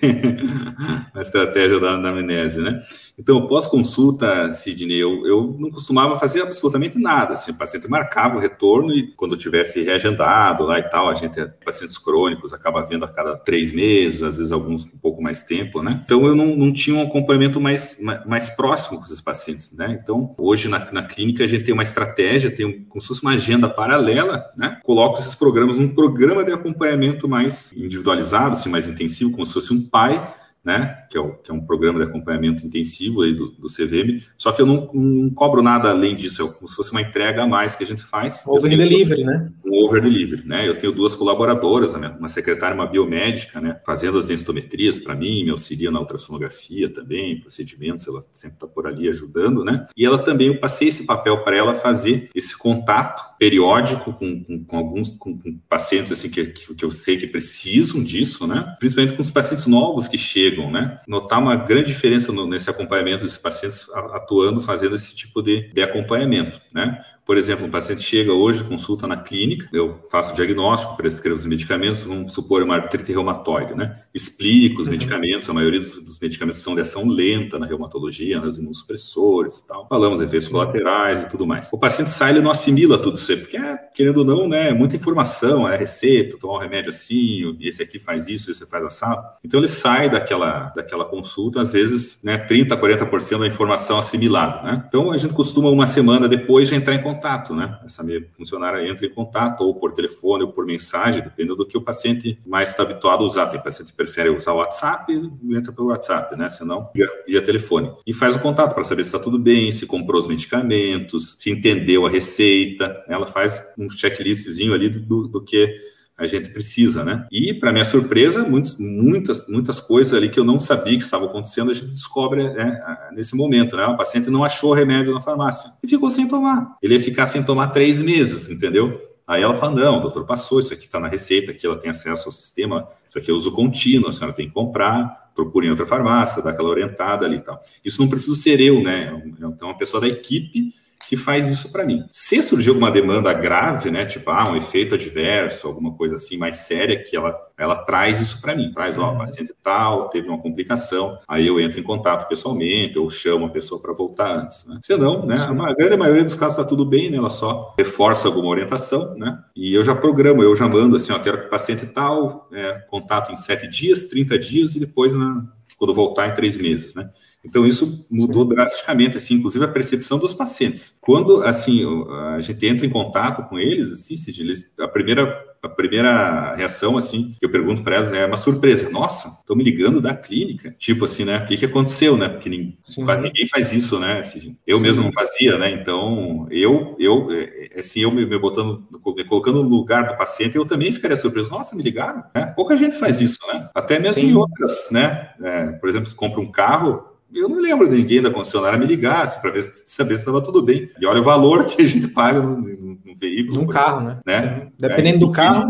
uma estratégia da anamnese, né? Então, o pós-consulta, Sidney, eu, eu não costumava fazer absolutamente nada. Assim, o paciente marcava o retorno e quando eu tivesse reagendado lá e tal, a gente, pacientes crônicos, acaba vendo a cada três meses, às vezes alguns um pouco mais tempo, né? Então, eu não, não tinha um acompanhamento mais, mais, mais próximo com esses pacientes, né? Então, hoje na, na clínica a gente tem uma estratégia, tem um, como se fosse uma agenda paralela, né? Coloco esses programas num programa de acompanhamento mais individualizado, assim, mais intensivo, como se fosse um pai, né? Que é, o, que é um programa de acompanhamento intensivo aí do, do C V M, só que eu não, não cobro nada além disso, é como se fosse uma entrega a mais que a gente faz. Over delivery, né? Um over delivery, né? Eu tenho duas colaboradoras, uma secretária e uma biomédica, né? Fazendo as densitometrias para mim, me auxilia na ultrassonografia também, procedimentos, ela sempre está por ali ajudando, né? E ela também, eu passei esse papel para ela fazer esse contato periódico com, com, com alguns com, com pacientes assim que, que eu sei que precisam disso, né? Principalmente com os pacientes novos que chegam, né? Notar uma grande diferença no, nesse acompanhamento dos pacientes atuando, fazendo esse tipo de, de acompanhamento, né? Por exemplo, um paciente chega hoje, consulta na clínica, eu faço o diagnóstico, prescrevo os medicamentos, vamos supor uma artrite reumatoide, né? Explico os uhum. medicamentos, a maioria dos, dos medicamentos são de ação lenta na reumatologia, nos imunossupressores e tal. Falamos efeitos colaterais e tudo mais. O paciente sai, ele não assimila tudo isso aí, porque, é, querendo ou não, né, é muita informação, é receita, tomar um remédio assim, esse aqui faz isso, esse faz assado. Então, ele sai daquela, daquela consulta, às vezes, né, trinta, quarenta por cento da informação assimilada, né? Então, a gente costuma, uma semana depois, já entrar em contato. Contato, né? Essa minha funcionária entra em contato ou por telefone ou por mensagem, dependendo do que o paciente mais está habituado a usar. Tem paciente que prefere usar o WhatsApp, entra pelo WhatsApp, né? Senão, via, via telefone. E faz o contato para saber se está tudo bem, se comprou os medicamentos, se entendeu a receita. Ela faz um checklistzinho ali do, do que a gente precisa, né? E, para minha surpresa, muitas, muitas, muitas coisas ali que eu não sabia que estavam acontecendo, a gente descobre, né, nesse momento, né? O paciente não achou remédio na farmácia e ficou sem tomar. Ele ia ficar sem tomar três meses, entendeu? Aí ela fala, não, o doutor passou, isso aqui está na receita, aqui ela tem acesso ao sistema, isso aqui é uso contínuo, a senhora tem que comprar, procurem outra farmácia, dá aquela orientada ali e tal. Isso não precisa ser eu, né? É uma pessoa da equipe que faz isso para mim. Se surgir alguma demanda grave, né, tipo, ah, um efeito adverso, alguma coisa assim mais séria, que ela, ela traz isso para mim. Traz, ó, o paciente tal, teve uma complicação, aí eu entro em contato pessoalmente, ou chamo a pessoa para voltar antes, né? Se não, né, a grande maioria dos casos está tudo bem, né, ela só reforça alguma orientação, né, e eu já programo, eu já mando assim, ó, quero que o paciente tal, é, contato em sete dias, trinta dias, e depois, na, quando voltar, em três meses, né. Então, isso mudou Sim. drasticamente, assim, inclusive a percepção dos pacientes. Quando, assim, a gente entra em contato com eles, assim, eles, a, primeira, a primeira reação, assim, que eu pergunto para elas é uma surpresa. Nossa, estão me ligando da clínica. Tipo assim, né? O que, que aconteceu, né? Porque ninguém, quase ninguém faz isso, né? Assim, eu Sim. mesmo não fazia, né? Então, eu, eu assim, eu me, me botando, me colocando no lugar do paciente, eu também ficaria surpreso. Nossa, me ligaram? Né? Pouca gente faz isso, né? Até mesmo Sim. em outras, né? É, por exemplo, se compra um carro, eu não lembro de ninguém da concessionária me ligasse para ver se, saber se estava tudo bem. E olha o valor que a gente paga no, no, no veículo. Num carro, né? né? Dependendo é, do carro.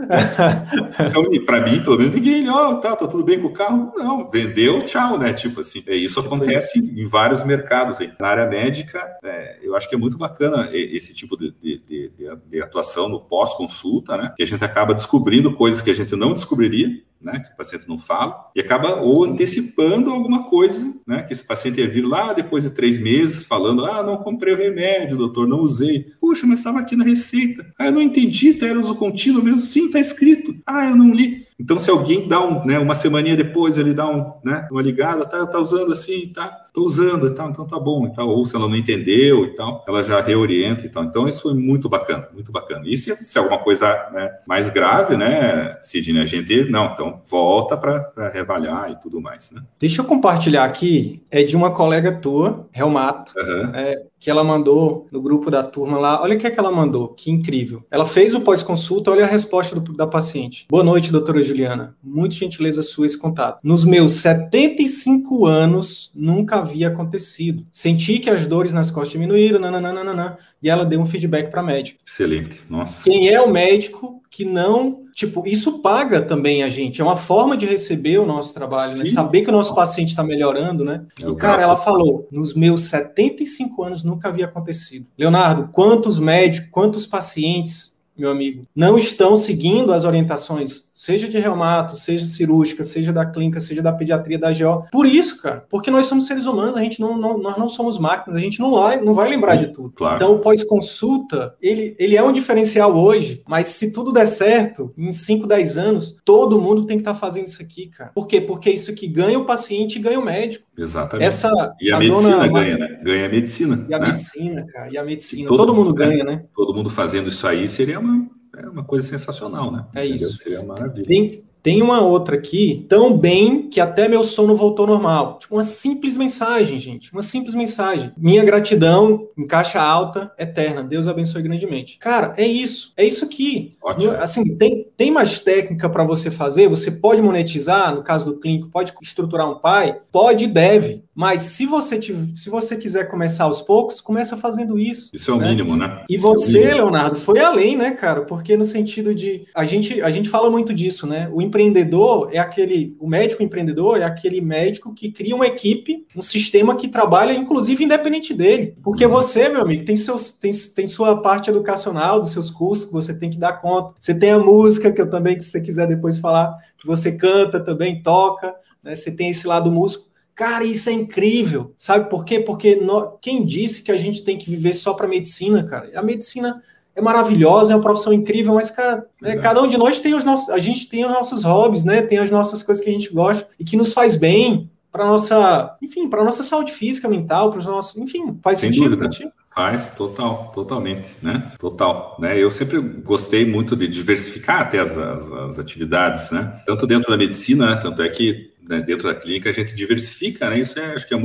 Então, para mim, pelo menos, ninguém, ó, oh, tá, tá tudo bem com o carro. Não, vendeu, tchau, né? Tipo assim, é, isso acontece em vários mercados aí. Na área médica, é, eu acho que é muito bacana esse tipo de, de, de, de atuação no pós-consulta, né? Que a gente acaba descobrindo coisas que a gente não descobriria, né, que o paciente não fala, e acaba ou antecipando alguma coisa, né, que esse paciente ia vir lá depois de três meses falando, ah, não comprei o remédio, doutor, não usei. Puxa, mas estava aqui na receita. Ah, eu não entendi, tá, era uso contínuo mesmo? Sim, tá escrito. Ah, eu não li. Então, se alguém dá um, né, uma semaninha depois, ele dá um, né, uma ligada, tá, tá usando assim, tá, tô usando e tal, então tá bom e tal. Ou se ela não entendeu e tal, ela já reorienta e tal. Então, isso foi muito bacana, muito bacana. E se, se alguma coisa, né, mais grave, né, Sidney, a gente, não, então volta para reavaliar e tudo mais, né? Deixa eu compartilhar aqui, é de uma colega tua, Helmato, uhum. é, que ela mandou no grupo da turma lá. Olha o que é que ela mandou, que incrível. Ela fez o pós-consulta, olha a resposta do, da paciente. Boa noite, doutora Juliana. Muito gentileza sua esse contato. Nos meus setenta e cinco anos, nunca havia acontecido. Senti que as dores nas costas diminuíram, nananana, e ela deu um feedback para médico. Excelente, nossa. Quem é o médico que não... Tipo, isso paga também a gente. É uma forma de receber o nosso trabalho, né? Saber que o nosso paciente está melhorando, né? É, e, cara, ela falou, nos meus setenta e cinco anos nunca havia acontecido. Leonardo, quantos médicos, quantos pacientes, meu amigo, não estão seguindo as orientações, seja de reumato, seja cirúrgica, seja da clínica, seja da pediatria, da G O. Por isso, cara, porque nós somos seres humanos, a gente não, não, nós não somos máquinas, a gente não vai, não vai lembrar de tudo. Claro. Então, o pós-consulta, ele, ele é um diferencial hoje, mas se tudo der certo, em cinco, dez anos, todo mundo tem que estar fazendo isso aqui, cara. Por quê? Porque isso aqui ganha o paciente e ganha o médico. Exatamente. Essa, e a, a medicina dona... ganha, né? Ganha a medicina. E a né? medicina, cara, e a medicina. Todo, todo mundo ganha, né? Todo mundo fazendo isso aí seria uma... É uma coisa sensacional, né? É Entendeu? Isso. Seria uma maravilha. Tem, tem uma outra aqui, tão bem que até meu sono voltou normal. Tipo, uma simples mensagem, gente. Uma simples mensagem. Minha gratidão, em caixa alta, eterna. Deus abençoe grandemente. Cara, é isso. É isso aqui. Ótimo. Assim, tem, tem mais técnica para você fazer. Você pode monetizar, no caso do clínico, pode estruturar um P A I? Pode e deve. Mas se você, te, se você quiser começar aos poucos, começa fazendo isso. Isso é o né? mínimo, né? E você, é Leonardo, foi além, né, cara? Porque no sentido de... A gente, a gente fala muito disso, né? O empreendedor é aquele... O médico empreendedor é aquele médico que cria uma equipe, um sistema que trabalha, inclusive, independente dele. Porque você, meu amigo, tem, seus, tem, tem sua parte educacional, dos seus cursos que você tem que dar conta. Você tem a música, que eu também, se você quiser depois falar, que você canta também, toca, né? Você tem esse lado músico. Cara, isso é incrível. Sabe por quê? Porque nós, quem disse que a gente tem que viver só para medicina, cara? A medicina é maravilhosa, é uma profissão incrível, mas, cara, né, cada um de nós tem os nossos... A gente tem os nossos hobbies, né? Tem as nossas coisas que a gente gosta e que nos faz bem para nossa... Enfim, para nossa saúde física, mental, para os nossos... Enfim, faz Sem sentido. Dúvida. Né? Faz, total, totalmente, né? Total, né? Eu sempre gostei muito de diversificar até as, as, as atividades, né? Tanto dentro da medicina, né? Tanto é que né, dentro da clínica a gente diversifica, né? Isso é, acho que é muito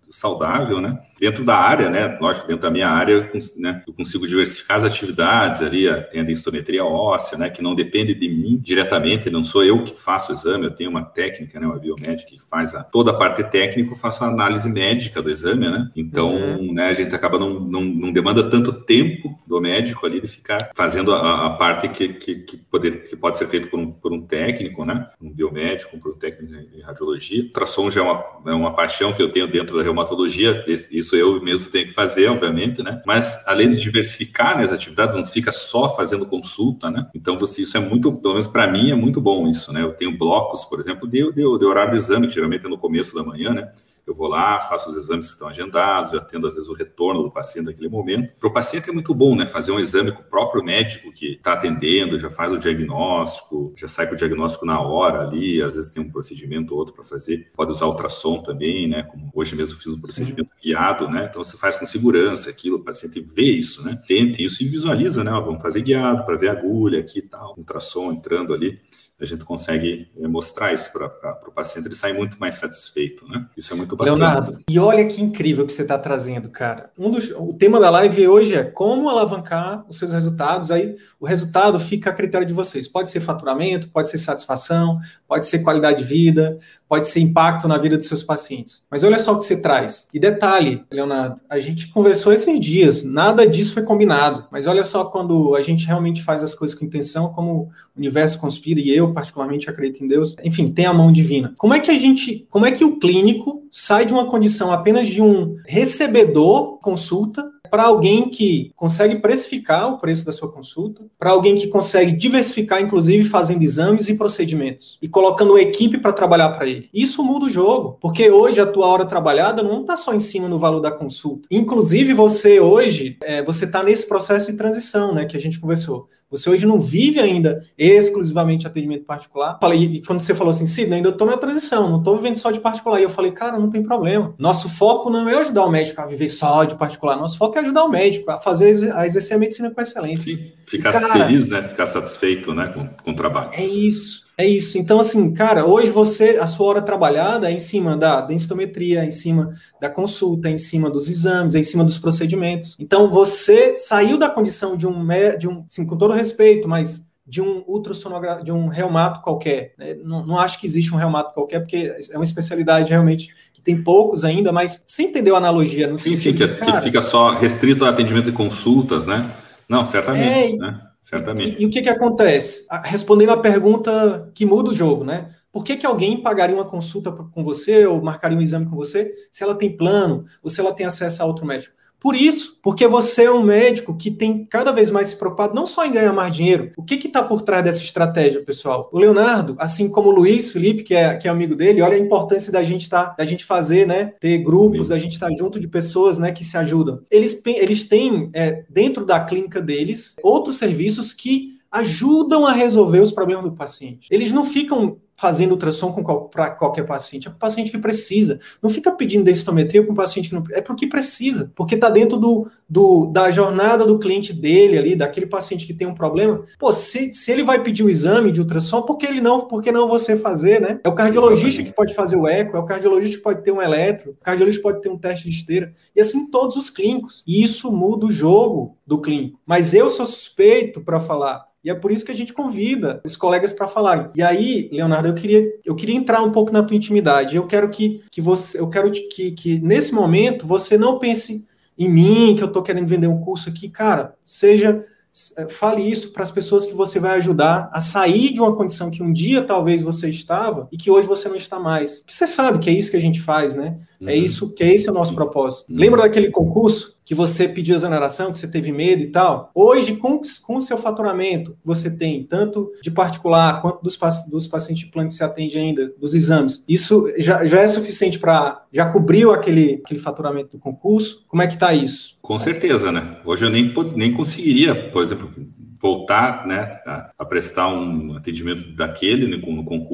saudável, né? Dentro da área, né? Lógico, dentro da minha área, eu, né, eu consigo diversificar as atividades ali, tem a densitometria óssea, né? Que não depende de mim diretamente, não sou eu que faço o exame, eu tenho uma técnica, né? Uma biomédica que faz a, toda a parte técnica, eu faço a análise médica do exame, né? Então, uhum. né, a gente acaba não, não, não demanda tanto tempo do médico ali de ficar fazendo a, a parte que, que, que, poder, que pode ser feito por um, por um técnico, né? Um biomédico, por um técnico em radiologia. O ultrassom já é uma, é uma paixão que eu tenho dentro da reumatologia, isso eu mesmo tenho que fazer, obviamente, né? Mas, além de diversificar, né, as atividades, não fica só fazendo consulta, né? Então, você, isso é muito, pelo menos para mim, é muito bom isso, né? Eu tenho blocos, por exemplo, de, de, de horário de exame, que geralmente é no começo da manhã, né? Eu vou lá, faço os exames que estão agendados, já tendo, às vezes, o retorno do paciente naquele momento. Para o paciente é muito bom, né? Fazer um exame com o próprio médico que está atendendo, já faz o diagnóstico, já sai com o diagnóstico na hora ali, às vezes tem um procedimento ou outro para fazer. Pode usar ultrassom também, né? Como hoje mesmo eu fiz um procedimento Sim. guiado, né? Então, você faz com segurança aquilo, o paciente vê isso, né? Tente isso e visualiza, né? Ó, vamos fazer guiado para ver a agulha aqui e tal, ultrassom entrando ali. A gente consegue mostrar isso para o paciente, ele sai muito mais satisfeito, né? Isso é muito bacana. Leonardo, e olha que incrível que você está trazendo, cara. Um dos, o tema da live hoje é como alavancar os seus resultados. Aí o resultado fica a critério de vocês. Pode ser faturamento, pode ser satisfação, pode ser qualidade de vida, pode ser impacto na vida dos seus pacientes. Mas olha só o que você traz. E detalhe, Leonardo, a gente conversou esses dias, nada disso foi combinado. Mas olha só quando a gente realmente faz as coisas com intenção, como o universo conspira, e eu particularmente acredito em Deus, enfim, tem a mão divina. Como é que a gente, como é que o clínico sai de uma condição apenas de um recebedor consulta para alguém que consegue precificar o preço da sua consulta, para alguém que consegue diversificar, inclusive fazendo exames e procedimentos, e colocando uma equipe para trabalhar para ele. Isso muda o jogo, porque hoje a tua hora trabalhada não está só em cima no valor da consulta. Inclusive, você hoje, é, você está nesse processo de transição, né, que a gente conversou. Você hoje não vive ainda exclusivamente atendimento particular. Falei, quando você falou assim, Sidney, ainda estou na transição, não estou vivendo só de particular. E eu falei, cara, não tem problema. Nosso foco não é ajudar o médico a viver só de particular. Nosso foco é ajudar o médico a fazer, a exercer a medicina com excelência. Sim, ficar cara, feliz, né? Ficar satisfeito, né? Com, com o trabalho. É isso. É isso. Então, assim, cara, hoje você, a sua hora trabalhada é em cima da densitometria, é em cima da consulta, é em cima dos exames, é em cima dos procedimentos. Então, você saiu da condição de um, de um assim, com todo respeito, mas de um ultrassonografia, de um reumato qualquer. Né? Não, não acho que existe um reumato qualquer, porque é uma especialidade realmente que tem poucos ainda, mas você entendeu a analogia? No sim, sim, que, de, cara, que fica só restrito ao atendimento de consultas, né? Não, certamente, é, né? Certamente. E, e o que que acontece? Respondendo a pergunta que muda o jogo, né? Por que que alguém pagaria uma consulta com você ou marcaria um exame com você se ela tem plano ou se ela tem acesso a outro médico? Por isso, porque você é um médico que tem cada vez mais se preocupado não só em ganhar mais dinheiro. O que que está por trás dessa estratégia, pessoal? O Leonardo, assim como o Luiz Felipe, que é, que é amigo dele, olha a importância da gente tá, da gente fazer, né? Ter grupos, da gente estar tá junto de pessoas, né, que se ajudam. Eles, eles têm, é, dentro da clínica deles, outros serviços que ajudam a resolver os problemas do paciente. Eles não ficam fazendo ultrassom para qualquer paciente, é para o paciente que precisa. Não fica pedindo densitometria para um paciente que não... É porque precisa, porque está dentro do, do, da jornada do cliente dele ali, daquele paciente que tem um problema. Pô, se, se ele vai pedir o exame de ultrassom, por que ele não, por que não você fazer, né? É o cardiologista Exatamente. Que pode fazer o eco, é o cardiologista que pode ter um eletro, o cardiologista pode ter um teste de esteira, e assim todos os clínicos. E isso muda o jogo do clínico. Mas eu sou suspeito para falar. E é por isso que a gente convida os colegas para falarem. E aí, Leonardo, eu queria, eu queria entrar um pouco na tua intimidade. Eu quero que, que você, eu quero que, que nesse momento você não pense em mim, que eu estou querendo vender um curso aqui. Cara, seja, fale isso para as pessoas que você vai ajudar a sair de uma condição que um dia talvez você estava e que hoje você não está mais. Porque você sabe que é isso que a gente faz, né? Uhum. É isso, que esse é o nosso propósito. Uhum. Lembra daquele concurso que você pediu exoneração, que você teve medo e tal? Hoje, com, com o seu faturamento, você tem tanto de particular quanto dos, dos pacientes de plano que você atende ainda, dos exames. Isso já, já é suficiente para... Já cobriu aquele, aquele faturamento do concurso? Como é que está isso? Com certeza, né? Hoje eu nem, nem conseguiria, por exemplo, voltar, né, a, a prestar um atendimento daquele no, no concurso,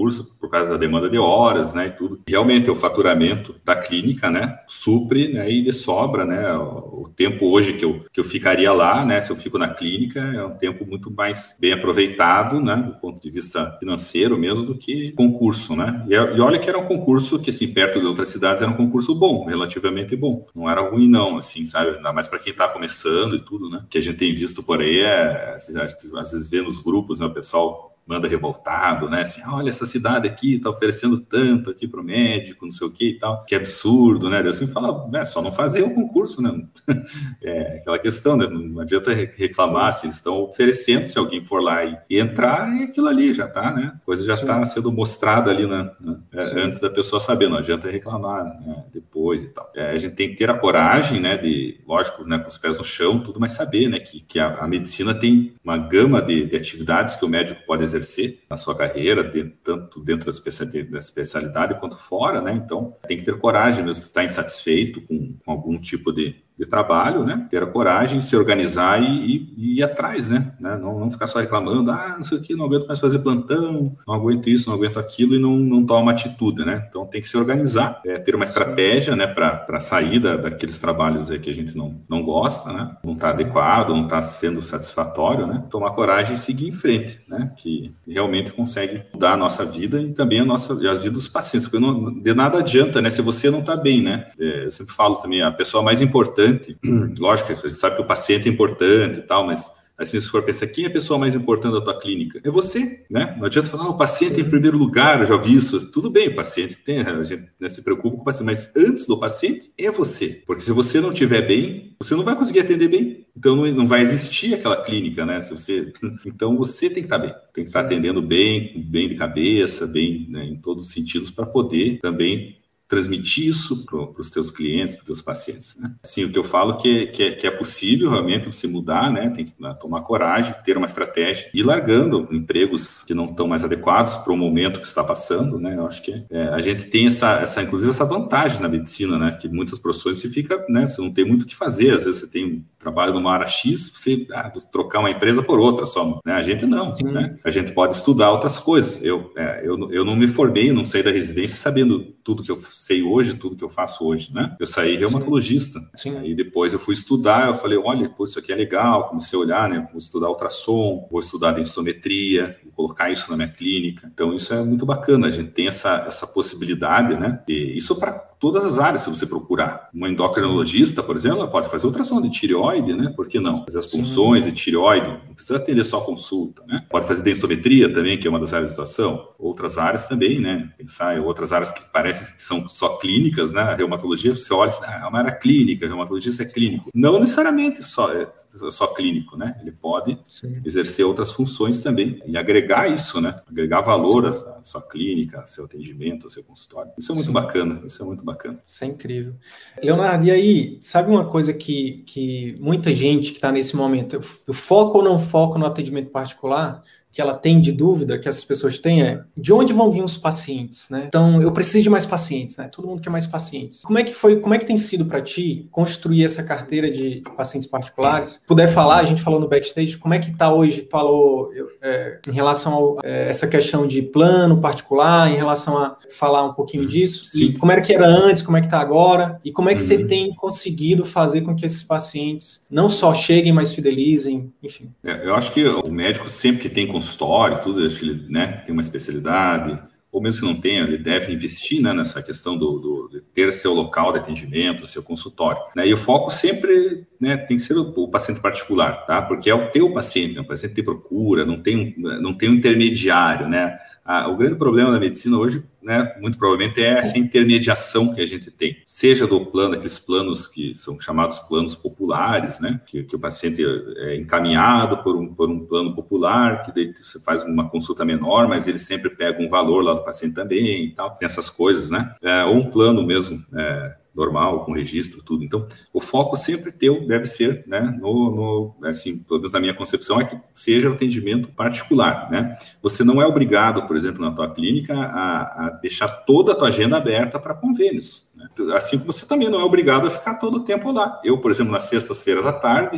por causa da demanda de horas, né, e tudo. Realmente, o faturamento da clínica, né, supre, né, e de sobra, né, o, o tempo hoje que eu, que eu ficaria lá, né, se eu fico na clínica, é um tempo muito mais bem aproveitado, né, do ponto de vista financeiro mesmo, do que concurso, né. E, e olha que era um concurso que, assim, perto de outras cidades, era um concurso bom, relativamente bom. Não era ruim, não, assim, sabe? Ainda mais para quem está começando e tudo, né. O que a gente tem visto por aí é, às vezes vê nos grupos, né, o pessoal manda revoltado, né? Assim, olha, essa cidade aqui tá oferecendo tanto aqui pro médico, não sei o que e tal, que absurdo, né? Eu sempre falo, é só não fazer o concurso, né? É aquela questão, né? Não adianta reclamar, se eles estão oferecendo, se alguém for lá e, e entrar, é aquilo ali, já tá, né? A coisa já Sim. tá sendo mostrada ali, né? É, antes da pessoa saber, não adianta reclamar, né? Depois e tal. É, a gente tem que ter a coragem, né? De, lógico, né? Com os pés no chão, tudo, mas saber, né? Que, que a, a medicina tem uma gama de, de atividades que o médico pode exercer exercer na sua carreira, de, tanto dentro da especialidade quanto fora, né? Então, tem que ter coragem mesmo, se está insatisfeito com, com algum tipo de, de trabalho, né? Ter a coragem, se organizar e, e, e ir atrás, né? Não, não ficar só reclamando, ah, não sei o que, não aguento mais fazer plantão, não aguento isso, não aguento aquilo e não, não toma uma atitude, né? Então, tem que se organizar, é, ter uma estratégia, né? Para sair da, daqueles trabalhos aí que a gente não, não gosta, né? Não está adequado, não está sendo satisfatório, né? Tomar coragem e seguir em frente, né? Que realmente consegue mudar a nossa vida e também a nossa, a vida dos pacientes, porque não, de nada adianta, né? Se você não está bem, né? É, eu sempre falo também, a pessoa mais importante, lógico, a gente sabe que o paciente é importante e tal, mas assim, se for pensar, quem é a pessoa mais importante da tua clínica? É você, né? Não adianta falar, ah, o paciente Sim. em primeiro lugar, eu já vi isso. Tudo bem, o paciente tem, a gente né, se preocupa com o paciente, mas antes do paciente é você. Porque se você não estiver bem, você não vai conseguir atender bem. Então não, não vai existir aquela clínica, né? Se você... Então você tem que estar bem, tem que estar Sim. atendendo bem, bem de cabeça, bem né, em todos os sentidos, para poder também transmitir isso para os teus clientes, para os teus pacientes, né? Assim, o que eu falo que, que, é, que é possível realmente você mudar, né? Tem que né, tomar coragem, ter uma estratégia e ir largando empregos que não estão mais adequados para o momento que está passando, né? Eu acho que é, a gente tem essa, essa, inclusive, essa vantagem na medicina, né? Que muitas profissões você fica, né? Você não tem muito o que fazer, às vezes você tem um trabalho numa área X, você ah, trocar uma empresa por outra só, né? A gente não, Sim. né? A gente pode estudar outras coisas. Eu, é, eu, eu não me formei, não saí da residência sabendo tudo que eu sei hoje, tudo que eu faço hoje, né? Eu saí reumatologista. Sim. Aí depois eu fui estudar, eu falei, olha, pô, isso aqui é legal, comecei a olhar, né? Vou estudar ultrassom, vou estudar densitometria, vou colocar isso na minha clínica. Então isso é muito bacana, a gente tem essa, essa possibilidade, né? E isso para todas as áreas, se você procurar. Uma endocrinologista, por exemplo, ela pode fazer ultrassom de tireoide, né? Por que não? Fazer as punções de tireoide, não precisa atender só a consulta, né? Pode fazer densitometria também, que é uma das áreas de atuação. Outras áreas também, né? Pensar em outras áreas que parecem que são só clínicas, né? A reumatologia, você olha, ah, é uma área clínica, a reumatologista é clínico. Não necessariamente só, é, só clínico, né? Ele pode Sim. exercer outras funções também e agregar isso, né? Agregar valor à sua clínica, ao seu atendimento, ao seu consultório. Isso é muito Sim. bacana, isso é muito bacana. Isso é incrível. Leonardo, e aí, sabe uma coisa que, que muita gente que está nesse momento, eu, eu foco ou não foco no atendimento particular, que ela tem de dúvida, que essas pessoas têm, é de onde vão vir os pacientes, né? Então, eu preciso de mais pacientes, né? Todo mundo quer mais pacientes. Como é que foi, como é que tem sido para ti construir essa carteira de pacientes particulares? Se puder falar, a gente falou no backstage, como é que está hoje, falou é, em relação a é, essa questão de plano particular, em relação a falar um pouquinho uhum. disso, Sim. e como era que era antes, como é que está agora, e como é que uhum. você tem conseguido fazer com que esses pacientes não só cheguem, mas fidelizem, enfim. É, eu acho que o médico sempre que tem consultório, tudo, acho que ele né, tem uma especialidade, ou mesmo que não tenha, ele deve investir né, nessa questão do, do, de ter seu local de atendimento, seu consultório. Né? E o foco sempre né, tem que ser o, o paciente particular, tá? Porque é o teu paciente, né? O paciente te procura, não tem um, não tem um intermediário, né? Ah, o grande problema da medicina hoje, né, muito provavelmente é essa intermediação que a gente tem, seja do plano, aqueles planos que são chamados planos populares, né, que, que o paciente é encaminhado por um, por um plano popular, que daí você faz uma consulta menor, mas ele sempre pega um valor lá do paciente também e tal, tem essas coisas, né, é, ou um plano mesmo, é, normal, com registro, tudo. Então, o foco sempre teu deve ser, né, no, no, assim, pelo menos na minha concepção, é que seja o atendimento particular, né? Você não é obrigado, por exemplo, na tua clínica, a, a deixar toda a tua agenda aberta para convênios, né? Assim como você também não é obrigado a ficar todo o tempo lá. Eu, por exemplo, nas sextas-feiras à tarde, eu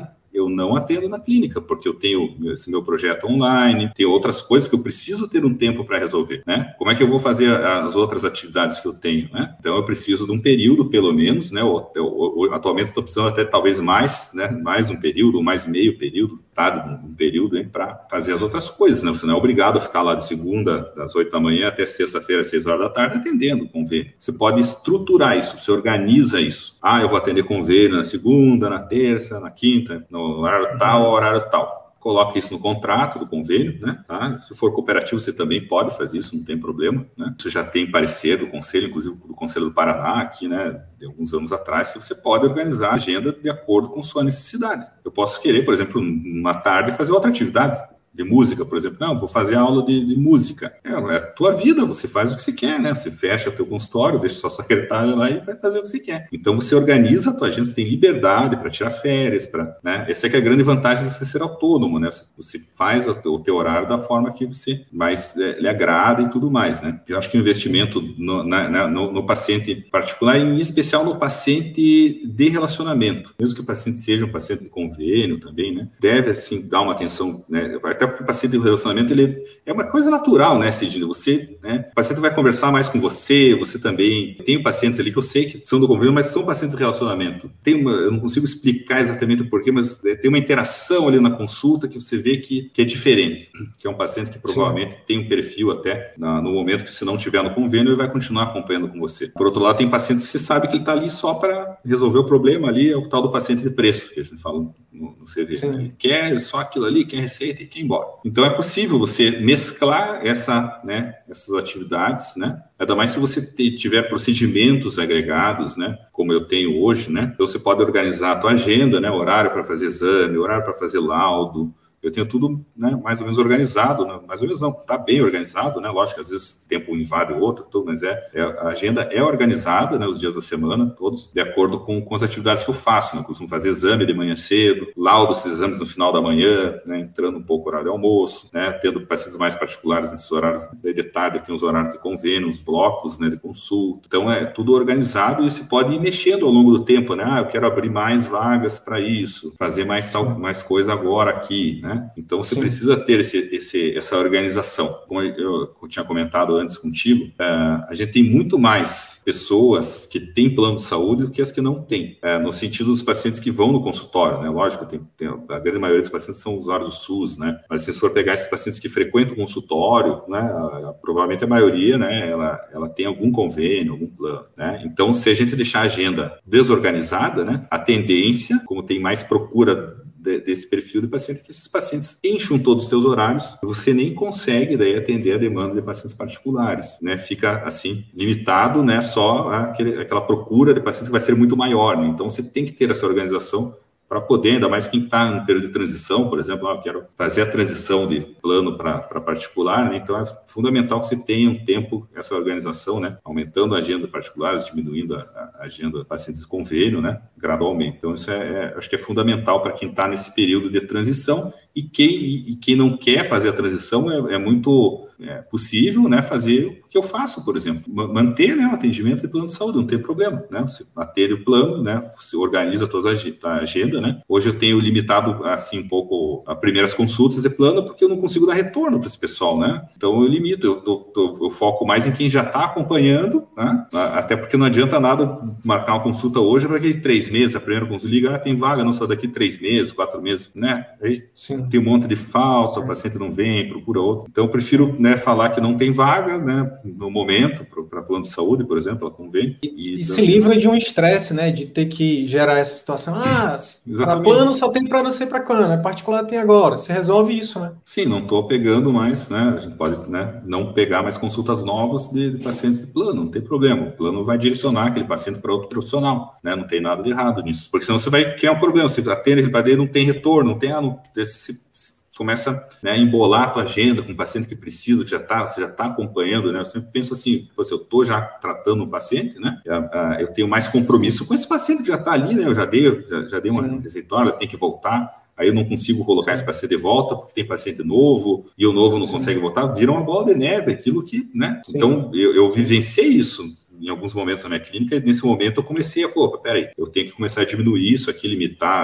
eu não atendo na clínica, porque eu tenho esse meu projeto online, tem outras coisas que eu preciso ter um tempo para resolver, né? Como é que eu vou fazer as outras atividades que eu tenho, né? Então, eu preciso de um período, pelo menos, né? Ou, ou, ou, atualmente, estou precisando até talvez mais, né? Mais um período, ou mais meio período, tá? Um período para fazer as outras coisas, né? Você não é obrigado a ficar lá de segunda, das oito da manhã até sexta-feira, às seis horas da tarde, atendendo o convênio. Você pode estruturar isso, você organiza isso. Ah, eu vou atender convênio na segunda, na terça, na quinta, no horário tal, horário tal. Coloque isso no contrato do convênio, né? Tá? Se for cooperativo, você também pode fazer isso, não tem problema, né? Você já tem parecer do Conselho, inclusive do Conselho do Paraná, aqui, né? De alguns anos atrás, que você pode organizar a agenda de acordo com sua necessidade. Eu posso querer, por exemplo, uma tarde fazer outra atividade de música, por exemplo. Não, vou fazer aula de, de música. É, é a tua vida, você faz o que você quer, né? Você fecha o teu consultório, deixa sua secretária lá e vai fazer o que você quer. Então, você organiza a tua agenda, você tem liberdade para tirar férias, para, né? Essa é que é a grande vantagem de você ser autônomo, né? Você faz o teu, o teu horário da forma que você mais é, lhe agrada e tudo mais, né? Eu acho que o investimento no, na, na, no, no paciente particular, em especial no paciente de relacionamento, mesmo que o paciente seja um paciente de convênio também, né? Deve, assim, dar uma atenção, né? Até porque o paciente de relacionamento, ele é uma coisa natural, né, Cidinha? Você, né, o paciente vai conversar mais com você, você também. Tem pacientes ali que eu sei que são do convênio, mas são pacientes de relacionamento. Tem uma, eu não consigo explicar exatamente o porquê, mas é, tem uma interação ali na consulta que você vê que, que é diferente, que é um paciente que provavelmente Sim. tem um perfil até na, no momento que, se não tiver no convênio, ele vai continuar acompanhando com você. Por outro lado, tem pacientes que você sabe que ele está ali só para resolver o problema ali, é o tal do paciente de preço, que a gente fala no, no C V. Sim. Ele quer só aquilo ali, quer receita e quer ir embora. Então, é possível você mesclar essa, né, essas atividades, né? Ainda mais se você tiver procedimentos agregados, né? Como eu tenho hoje, né? Então, você pode organizar a tua agenda, né? Horário para fazer exame, horário para fazer laudo. Eu tenho tudo, né, mais ou menos organizado, né? Mais ou menos não, está bem organizado, né? Lógico que às vezes o tempo invade o outro, tudo, mas é, é, a agenda é organizada, né, os dias da semana, todos, de acordo com, com as atividades que eu faço, né? Eu costumo fazer exame de manhã cedo, laudo esses exames no final da manhã, né, entrando um pouco no horário de almoço, né, tendo pacientes mais particulares nesses horários de tarde, tem os horários de convênio, os blocos, né, de consulta. Então, é tudo organizado e você pode ir mexendo ao longo do tempo, né? Ah, eu quero abrir mais vagas para isso, fazer mais, tal, mais coisa agora aqui, né? Né? Então, você Sim. precisa ter esse, esse, essa organização. Como eu, eu tinha comentado antes contigo, uh, a gente tem muito mais pessoas que têm plano de saúde do que as que não têm, uh, no sentido dos pacientes que vão no consultório, né? Lógico, tem, tem, a grande maioria dos pacientes são usuários do SUS, né? Mas se você for pegar esses pacientes que frequentam o consultório, né? A, a, provavelmente a maioria, né? Ela, ela tem algum convênio, algum plano, né? Então, se a gente deixar a agenda desorganizada, né? A tendência, como tem mais procura desse perfil de paciente, que esses pacientes enchem todos os teus horários e você nem consegue daí atender a demanda de pacientes particulares, né? Fica assim limitado, né? Só aquele, aquela procura de pacientes que vai ser muito maior, né? Então você tem que ter essa organização para poder, ainda mais quem está no período de transição, por exemplo, ah, eu quero fazer a transição de plano para particular, né? Então é fundamental que você tenha um tempo, essa organização, né? Aumentando a agenda particulares, diminuindo a, a agenda de pacientes de convênio, né? Gradualmente. Então isso é, é acho que é fundamental para quem está nesse período de transição e quem, e, e quem não quer fazer a transição é, é muito é, possível, né? Fazer o que eu faço, por exemplo, manter, né, o atendimento de plano de saúde, não tem problema, né? Você atende o plano, né? Você organiza a tua agenda, né? Hoje eu tenho limitado, assim, um pouco as primeiras consultas de plano, porque eu não consigo dar retorno para esse pessoal, né? Então eu limito, eu, tô, tô, eu foco mais em quem já está acompanhando, né? Até porque não adianta nada marcar uma consulta hoje para aquele três meses, a primeira consulta liga, ah, tem vaga, não só daqui três meses, quatro meses, né? Aí Sim. tem um monte de falta, Sim. o paciente não vem, procura outro. Então eu prefiro, né, falar que não tem vaga, né, no momento, para plano de saúde, por exemplo, a convênio. E, e, e se livra de um estresse, né, de ter que gerar essa situação. Ah, para plano só tem para não ser para cana, é particular tem agora. Você resolve isso, né? Sim, não estou pegando mais, né, a gente pode, né, não pegar mais consultas novas de, de pacientes de plano, não tem problema. O plano vai direcionar aquele paciente para outro profissional, né, não tem nada de errado nisso. Porque senão você vai criar um problema, você atende aquele paciente, não tem retorno, não tem, ah, não, se, se, começa, né, a embolar a tua agenda com o paciente que precisa, que já tá, você já está acompanhando, né? Eu sempre penso assim, se eu estou já tratando um paciente, né? Eu tenho mais compromisso com esse paciente que já está ali, né? Eu já dei, já, já dei uma receituária, tem que voltar, aí eu não consigo colocar esse paciente de volta, porque tem paciente novo, e o novo não Sim. consegue voltar, vira uma bola de neve, aquilo que, né? Sim. Então, eu, eu vivenciei isso em alguns momentos na minha clínica, e nesse momento eu comecei a falar, peraí, eu tenho que começar a diminuir isso aqui, limitar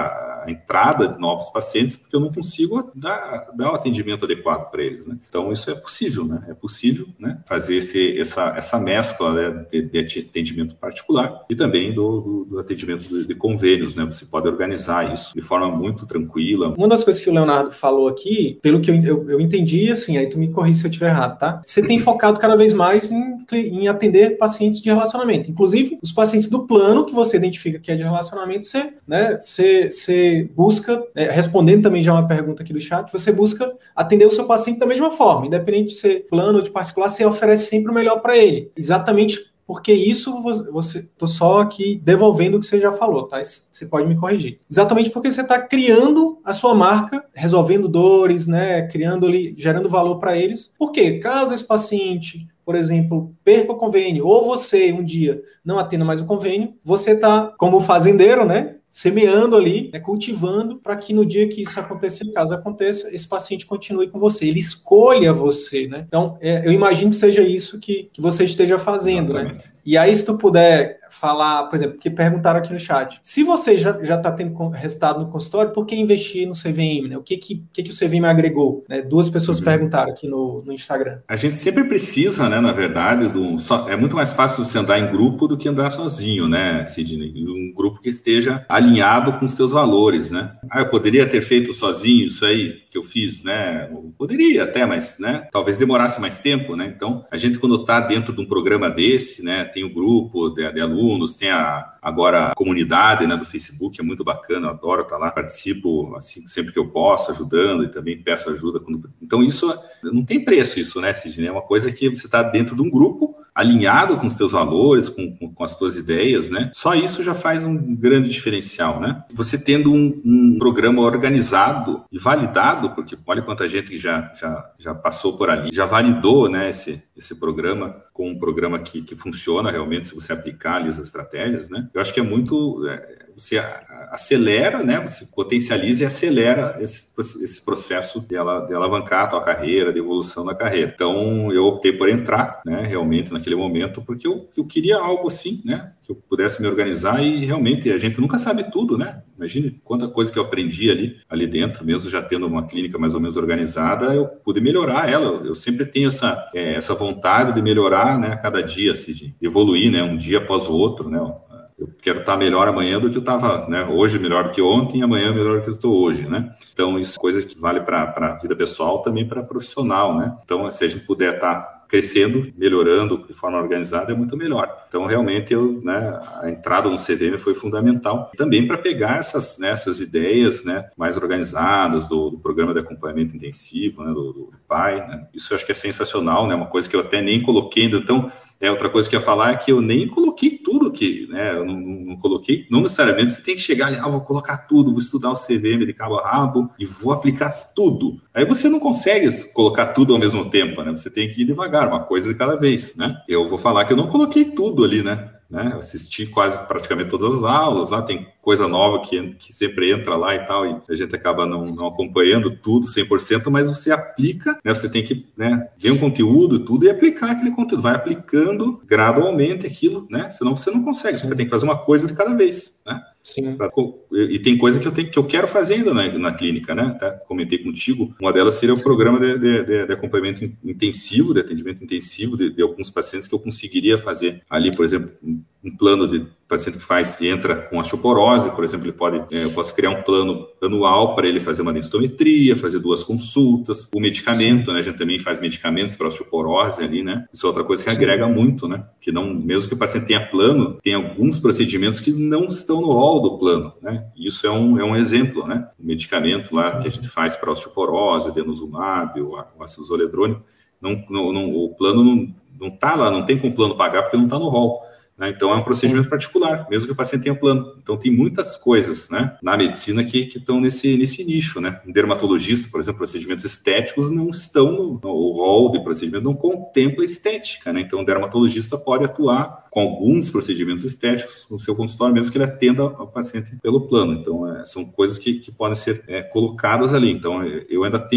a entrada de novos pacientes, porque eu não consigo dar, dar o atendimento adequado para eles, né? Então, isso é possível, né? É possível, né, fazer esse, essa, essa mescla, né, de, de atendimento particular e também do, do, do atendimento de, de convênios, né? Você pode organizar isso de forma muito tranquila. Uma das coisas que o Leonardo falou aqui, pelo que eu, eu, eu entendi, assim, aí tu me corrige se eu estiver errado, tá? Você tem focado cada vez mais em, em atender pacientes de relacionamento. Inclusive, os pacientes do plano que você identifica que é de relacionamento, você, né, você, você busca, é, respondendo também já uma pergunta aqui do chat, você busca atender o seu paciente da mesma forma, independente de ser plano ou de particular, você oferece sempre o melhor para ele. Exatamente porque isso, você, tô só aqui devolvendo o que você já falou, tá? Você pode me corrigir. Exatamente porque você está criando a sua marca, resolvendo dores, né? Criando ali, gerando valor para eles. Porque caso esse paciente, por exemplo, perca o convênio, ou você um dia não atenda mais o convênio, você está, como fazendeiro, né? Semeando ali, né, cultivando, para que no dia que isso acontecer, caso aconteça, esse paciente continue com você, ele escolha você, né? Então, é, eu imagino que seja isso que, que você esteja fazendo, Exatamente. Né? E aí, se tu puder falar, por exemplo, que perguntaram aqui no chat, se você já está tendo resultado no consultório, por que investir no C V M, né? O que, que, que, que o C V M agregou? Né? Duas pessoas uhum. perguntaram aqui no, no Instagram. A gente sempre precisa, né, na verdade, do, só, é muito mais fácil você andar em grupo do que andar sozinho, né, Sidney? Um grupo que esteja alinhado com os seus valores, né? Ah, eu poderia ter feito sozinho isso aí que eu fiz, né? Eu poderia até, mas, né, talvez demorasse mais tempo, né? Então, a gente quando está dentro de um programa desse, né, tem o um grupo de, de alunos, tem a, agora a comunidade, né, do Facebook, é muito bacana, eu adoro estar lá, participo assim, sempre que eu posso, ajudando e também peço ajuda. Quando... Então, isso não tem preço, isso, né, Sidney? É uma coisa que você está dentro de um grupo, alinhado com os teus valores, com, com, com as tuas ideias, né? Só isso já faz um grande diferencial, né? Você tendo um, um programa organizado e validado, porque olha quanta gente já, já, já passou por ali, já validou, né, esse, esse programa com um programa que, que funciona realmente, se você aplicar ali as estratégias, né? Eu acho que é muito... É, você acelera, né? Você potencializa e acelera esse, esse processo de, ela, de alavancar a tua carreira, de evolução da carreira. Então, eu optei por entrar, né, realmente naquele momento, porque eu, eu queria algo assim, né? Que eu pudesse me organizar e realmente a gente nunca sabe tudo, né? Imagine quanta coisa que eu aprendi ali, ali dentro, mesmo já tendo uma clínica mais ou menos organizada, eu pude melhorar ela. Eu sempre tenho essa, é, essa vontade de melhorar, né, a cada dia, assim, de evoluir, né, um dia após o outro, né? Eu quero estar melhor amanhã do que eu estava, né? Hoje melhor do que ontem, amanhã melhor do que eu estou hoje, né? Então, isso é coisa que vale para a vida pessoal, também para profissional, né? Então, se a gente puder estar crescendo, melhorando de forma organizada, é muito melhor. Então, realmente, eu, né, a entrada no C V M foi fundamental. Também para pegar essas, né, essas ideias, né, mais organizadas do, do programa de acompanhamento intensivo, né, do, do P A I, né? Isso eu acho que é sensacional, né? Uma coisa que eu até nem coloquei ainda. Então, é outra coisa que eu ia falar é que eu nem coloquei tudo que, né, eu não, não, não coloquei, não necessariamente você tem que chegar ali, ah, vou colocar tudo, vou estudar o C V M de cabo a rabo e vou aplicar tudo. Aí você não consegue colocar tudo ao mesmo tempo, né? Você tem que ir devagar, uma coisa de cada vez, né? Eu vou falar que eu não coloquei tudo ali, né? Né? Eu assisti quase praticamente todas as aulas, lá tem coisa nova que, que sempre entra lá e tal, e a gente acaba não, não acompanhando tudo cem por cento, mas você aplica, né? Você tem que, né, ver um conteúdo e tudo e aplicar aquele conteúdo, vai aplicando gradualmente aquilo, né? Senão você não consegue, Sim. Você tem que fazer uma coisa de cada vez, né? Sim. E tem coisa que eu, tenho, que eu quero fazer ainda na, na clínica, né? Até comentei contigo, uma delas seria o programa de, de, de, de acompanhamento intensivo, de atendimento intensivo de, de alguns pacientes que eu conseguiria fazer ali, por exemplo, um plano de paciente que faz e entra com osteoporose, por exemplo, ele pode, é, eu posso criar um plano anual para ele fazer uma densitometria, fazer duas consultas, o medicamento, né? A gente também faz medicamentos para osteoporose ali, né? Isso é outra coisa que Sim. agrega muito, né? Que não, mesmo que o paciente tenha plano, tem alguns procedimentos que não estão no rol do plano, né? Isso é um, é um exemplo, né? O medicamento lá que a gente faz para osteoporose, o denosumab, o, o ácido zoledrônico, não, não, não, o plano não, não tá lá, não tem como o plano pagar porque não está no rol. Né? Então, é um procedimento particular, mesmo que o paciente tenha plano. Então, tem muitas coisas, né, na medicina que estão nesse, nesse nicho. Né? Um dermatologista, por exemplo, procedimentos estéticos não estão no, no o rol de procedimento, não contempla estética. Né? Então, o dermatologista pode atuar com alguns procedimentos estéticos no seu consultório, mesmo que ele atenda ao paciente pelo plano. Então, é, são coisas que, que podem ser é, colocadas ali. Então, eu ainda tenho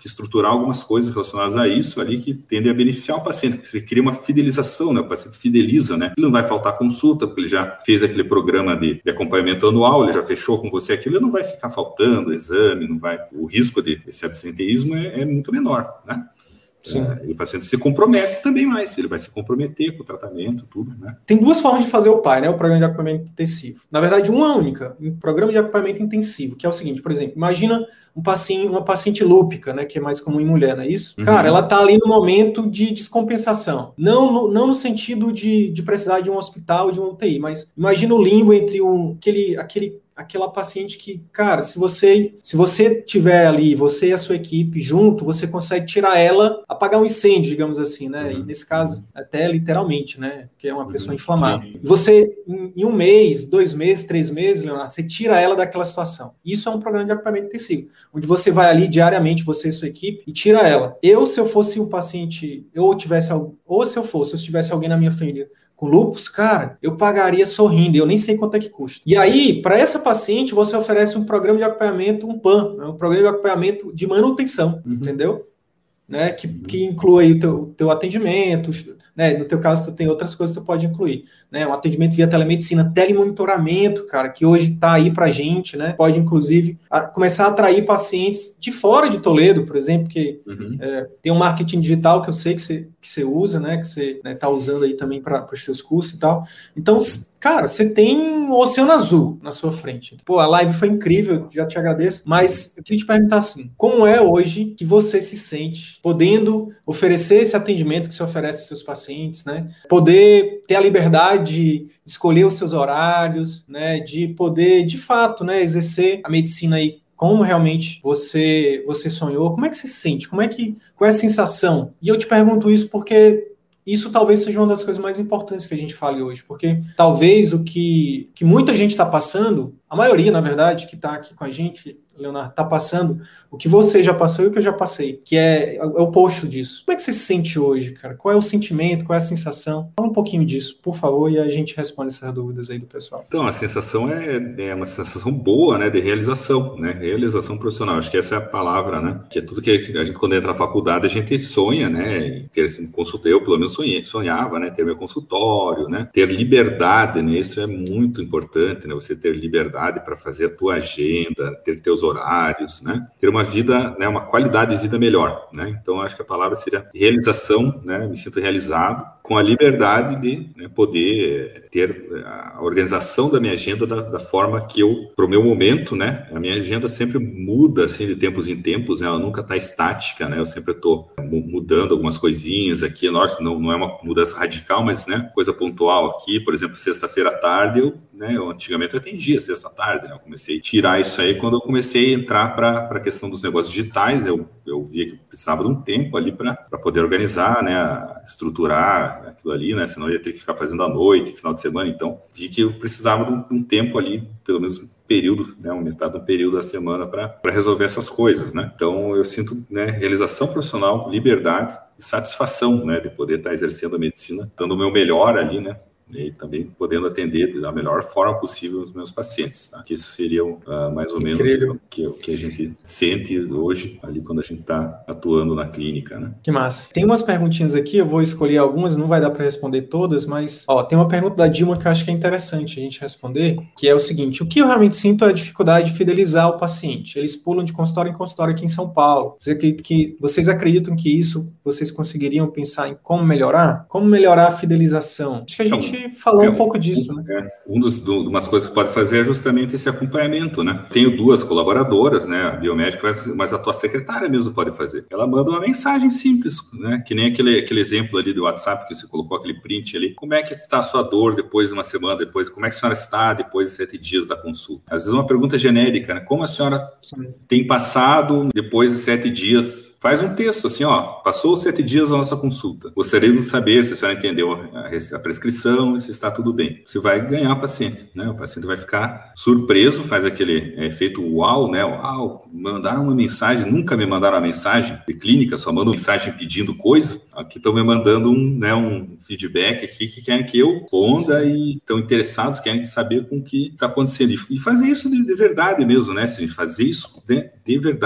que estruturar algumas coisas relacionadas a isso ali que tendem a beneficiar o paciente, porque você cria uma fidelização, né? O paciente fideliza, né? Ele não vai faltar consulta, porque ele já fez aquele programa de, de acompanhamento anual, ele já fechou com você aquilo, ele não vai ficar faltando exame, não vai... O risco de esse absenteísmo é, é muito menor, né? É, e o paciente se compromete também mais, ele vai se comprometer com o tratamento, tudo, né? Tem duas formas de fazer o P A I, né? O programa de acompanhamento intensivo. Na verdade, uma única, um programa de acompanhamento intensivo, que é o seguinte, por exemplo, imagina um paciente, uma paciente lúpica, né? Que é mais comum em mulher, não é isso? Uhum. Cara, ela tá ali no momento de descompensação. Não no, não no sentido de, de precisar de um hospital, de uma U T I, mas imagina o limbo entre um, aquele, aquele aquela paciente que, cara, se você se você tiver ali, você e a sua equipe junto, você consegue tirar ela, apagar um incêndio, digamos assim, né? Uhum. E nesse caso, até literalmente, né? Porque é uma pessoa uhum. inflamada. Sim. Você, em, em um mês, dois meses, três meses, Leonardo, você tira ela daquela situação. Isso é um programa de acompanhamento intensivo, onde você vai ali diariamente, você e sua equipe, e tira ela. Eu, se eu fosse um paciente, eu tivesse, ou se eu fosse, se tivesse alguém na minha família com lúpus, cara, eu pagaria sorrindo, eu nem sei quanto é que custa. E aí, para essa paciente, você oferece um programa de acompanhamento, um P A M, né, um programa de acompanhamento de manutenção, uhum. entendeu? Né, que, uhum. que inclui aí o teu, teu atendimento, né, no teu caso, tu tem outras coisas que tu pode incluir, né, um atendimento via telemedicina, telemonitoramento, cara, que hoje tá aí pra gente, né, pode inclusive a, começar a atrair pacientes de fora de Toledo, por exemplo, que uhum. é, tem um marketing digital que eu sei que você que você usa, né, que você né, tá usando aí também para os teus cursos e tal. Então, cara, você tem um oceano azul na sua frente. Pô, a live foi incrível, já te agradeço, mas eu queria te perguntar assim, como é hoje que você se sente podendo oferecer esse atendimento que você oferece aos seus pacientes, né? Poder ter a liberdade de escolher os seus horários, né? De poder, de fato, né, exercer a medicina aí como realmente você, você sonhou, como é que você se sente? Como é que, qual é a sensação? E eu te pergunto isso porque isso talvez seja uma das coisas mais importantes que a gente fale hoje, porque talvez o que, que muita gente está passando, a maioria, na verdade, que está aqui com a gente, Leonardo, está passando o que você já passou e o que eu já passei, que é, é o oposto disso. Como é que você se sente hoje, cara? Qual é o sentimento, qual é a sensação? Fala um pouquinho disso, por favor, e a gente responde essas dúvidas aí do pessoal. Então, a sensação é, é uma sensação boa, né, de realização, né, realização profissional. Acho que essa é a palavra, né, que é tudo que a gente, quando entra na faculdade, a gente sonha, né, em ter assim, consulta, eu pelo menos sonhei, sonhava, né, ter meu consultório, né, ter liberdade, né, isso é muito importante, né, você ter liberdade para fazer a tua agenda, ter teus horários, né? Ter uma vida, né, uma qualidade de vida melhor, né? Então, acho que a palavra seria realização, né? Me sinto realizado com a liberdade de né, poder ter a organização da minha agenda da, da forma que eu, para o meu momento, né? A minha agenda sempre muda, assim, de tempos em tempos, né? Ela nunca está estática, né? Eu sempre estou mudando algumas coisinhas aqui, lógico, não, não é uma mudança radical, mas, né? Coisa pontual aqui, por exemplo, sexta-feira à tarde, eu, né? Eu antigamente eu atendia sexta à tarde, né? Eu comecei a tirar isso aí quando eu comecei a entrar para a questão dos negócios digitais, eu, eu via que precisava de um tempo ali para poder organizar, né? Estruturar aquilo ali, né? Senão eu ia ter que ficar fazendo à noite, final de semana, então vi que eu precisava de um, de um tempo ali, pelo menos um período, né? Aumentado um período da semana para resolver essas coisas, né? Então eu sinto, né, realização profissional, liberdade e satisfação, né? De poder estar exercendo a medicina, dando o meu melhor ali, né? E também podendo atender da melhor forma possível os meus pacientes, tá? Que isso seria uh, mais ou menos o que, o que a gente sente hoje ali quando a gente está atuando na clínica, né? Que massa. Tem umas perguntinhas aqui, eu vou escolher algumas, não vai dar para responder todas, mas ó, tem uma pergunta da Dilma que eu acho que é interessante a gente responder, que é o seguinte: o que eu realmente sinto é a dificuldade de fidelizar o paciente. Eles pulam de consultório em consultório aqui em São Paulo. Vocês acreditam que, vocês acreditam que isso vocês conseguiriam pensar em como melhorar? Como melhorar a fidelização? Acho que a gente então, falou é, um pouco disso, né? É, um dos, do, umas coisas que pode fazer é justamente esse acompanhamento, né? Tenho duas colaboradoras, né? A biomédica, mas, mas a tua secretária mesmo pode fazer. Ela manda uma mensagem simples, né? Que nem aquele, aquele exemplo ali do WhatsApp que você colocou, aquele print ali. Como é que está a sua dor depois de uma semana depois? Como é que a senhora está depois de sete dias da consulta? Às vezes uma pergunta genérica, né? Como a senhora Sim. tem passado depois de sete dias? Faz um texto assim, ó, passou os sete dias da nossa consulta. Gostaríamos de saber se a senhora entendeu a, a prescrição e se está tudo bem. Você vai ganhar paciente, né? O paciente vai ficar surpreso, faz aquele é, efeito uau, né? Uau, mandaram uma mensagem, nunca me mandaram uma mensagem de clínica, só mandam mensagem pedindo coisa. Aqui estão me mandando um, né, um feedback aqui que querem que eu responda e estão interessados, querem saber com o que está acontecendo. E fazer isso de, de verdade mesmo, né? Se fazer isso de, de verdade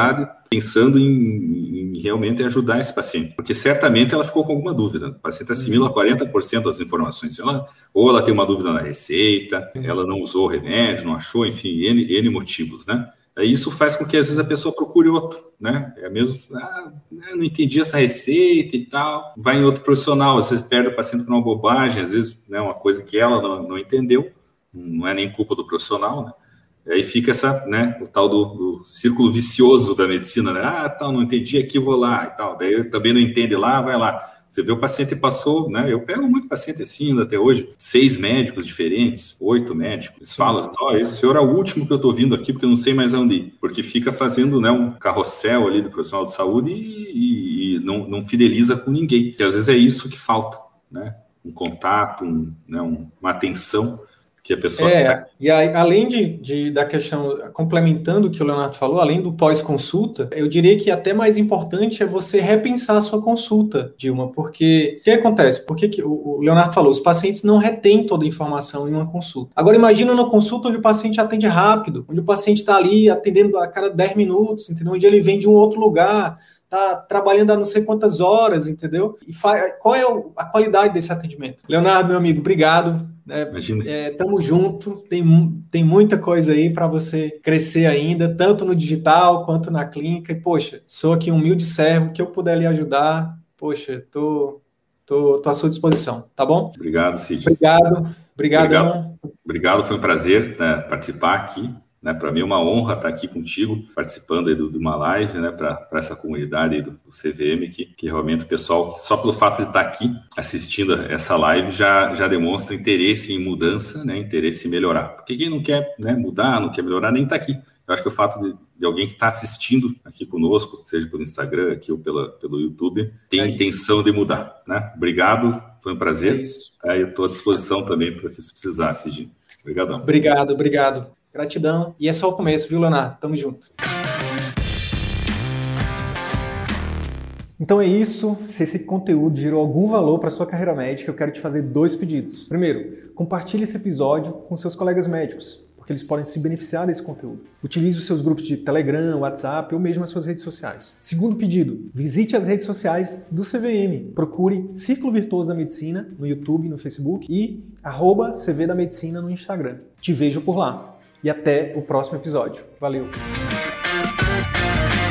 pensando em, em realmente ajudar esse paciente, porque certamente ela ficou com alguma dúvida. O paciente assimila quarenta por cento das informações. Ela, ou ela tem uma dúvida na receita, ela não usou o remédio, não achou, enfim, N, N motivos, né? Isso faz com que às vezes a pessoa procure outro, né? É mesmo, ah, não entendi essa receita e tal. Vai em outro profissional, às vezes perde o paciente por uma bobagem, às vezes, né, uma coisa que ela não, não entendeu, não é nem culpa do profissional, né? E aí fica essa, né, o tal do, do círculo vicioso da medicina, né? Ah, tal, não entendi aqui, vou lá e tal. Daí também não entende lá, vai lá. Você vê o paciente passou, né? Eu pego muito paciente assim ainda até hoje, seis médicos diferentes, oito médicos. Eles falam assim, ó, oh, esse senhor é o último que eu tô vindo aqui porque eu não sei mais aonde ir. Porque fica fazendo, né, um carrossel ali do profissional de saúde e, e, e não, não fideliza com ninguém. Que às vezes é isso que falta, né? Um contato, um, né, um, uma atenção que a pessoa... É, tá... e aí, além de, de, da questão, complementando o que o Leonardo falou, além do pós-consulta, eu diria que até mais importante é você repensar a sua consulta, Dilma, porque o que acontece? Porque que, o, o Leonardo falou, os pacientes não retêm toda a informação em uma consulta. Agora imagina uma consulta onde o paciente atende rápido, onde o paciente está ali atendendo a cada dez minutos, entendeu? Onde ele vem de um outro lugar, está trabalhando há não sei quantas horas, entendeu? E fa... qual é a qualidade desse atendimento? Leonardo, meu amigo, obrigado. É, tamo junto, tem, tem muita coisa aí para você crescer ainda, tanto no digital quanto na clínica. E, poxa, sou aqui um humilde servo, que eu puder lhe ajudar, poxa, tô, tô, tô à sua disposição, tá bom? Obrigado, Cid. Obrigado, obrigadão. Obrigado, obrigado, foi um prazer, né, participar aqui. Né, para mim é uma honra estar aqui contigo, participando aí do, de uma live, né, para essa comunidade aí do, do C V M, que, que realmente o pessoal, só pelo fato de estar aqui assistindo essa live, já, já demonstra interesse em mudança, né, interesse em melhorar. Porque quem não quer, né, mudar, não quer melhorar, nem está aqui. Eu acho que o fato de, de alguém que está assistindo aqui conosco, seja pelo Instagram aqui ou pela, pelo YouTube, tem é intenção de mudar. Né? Obrigado, foi um prazer. É isso. Tá, eu estou à disposição também para que se precisar, Cid. Obrigadão. Obrigado, obrigado. Gratidão. E é só o começo, viu, Leonardo? Tamo junto. Então é isso. Se esse conteúdo gerou algum valor para sua carreira médica, eu quero te fazer dois pedidos. Primeiro, compartilhe esse episódio com seus colegas médicos, porque eles podem se beneficiar desse conteúdo. Utilize os seus grupos de Telegram, WhatsApp ou mesmo as suas redes sociais. Segundo pedido, visite as redes sociais do C V M. Procure Círculo Virtuoso da Medicina no YouTube, no Facebook e arroba C V da Medicina no Instagram. Te vejo por lá. E até o próximo episódio. Valeu!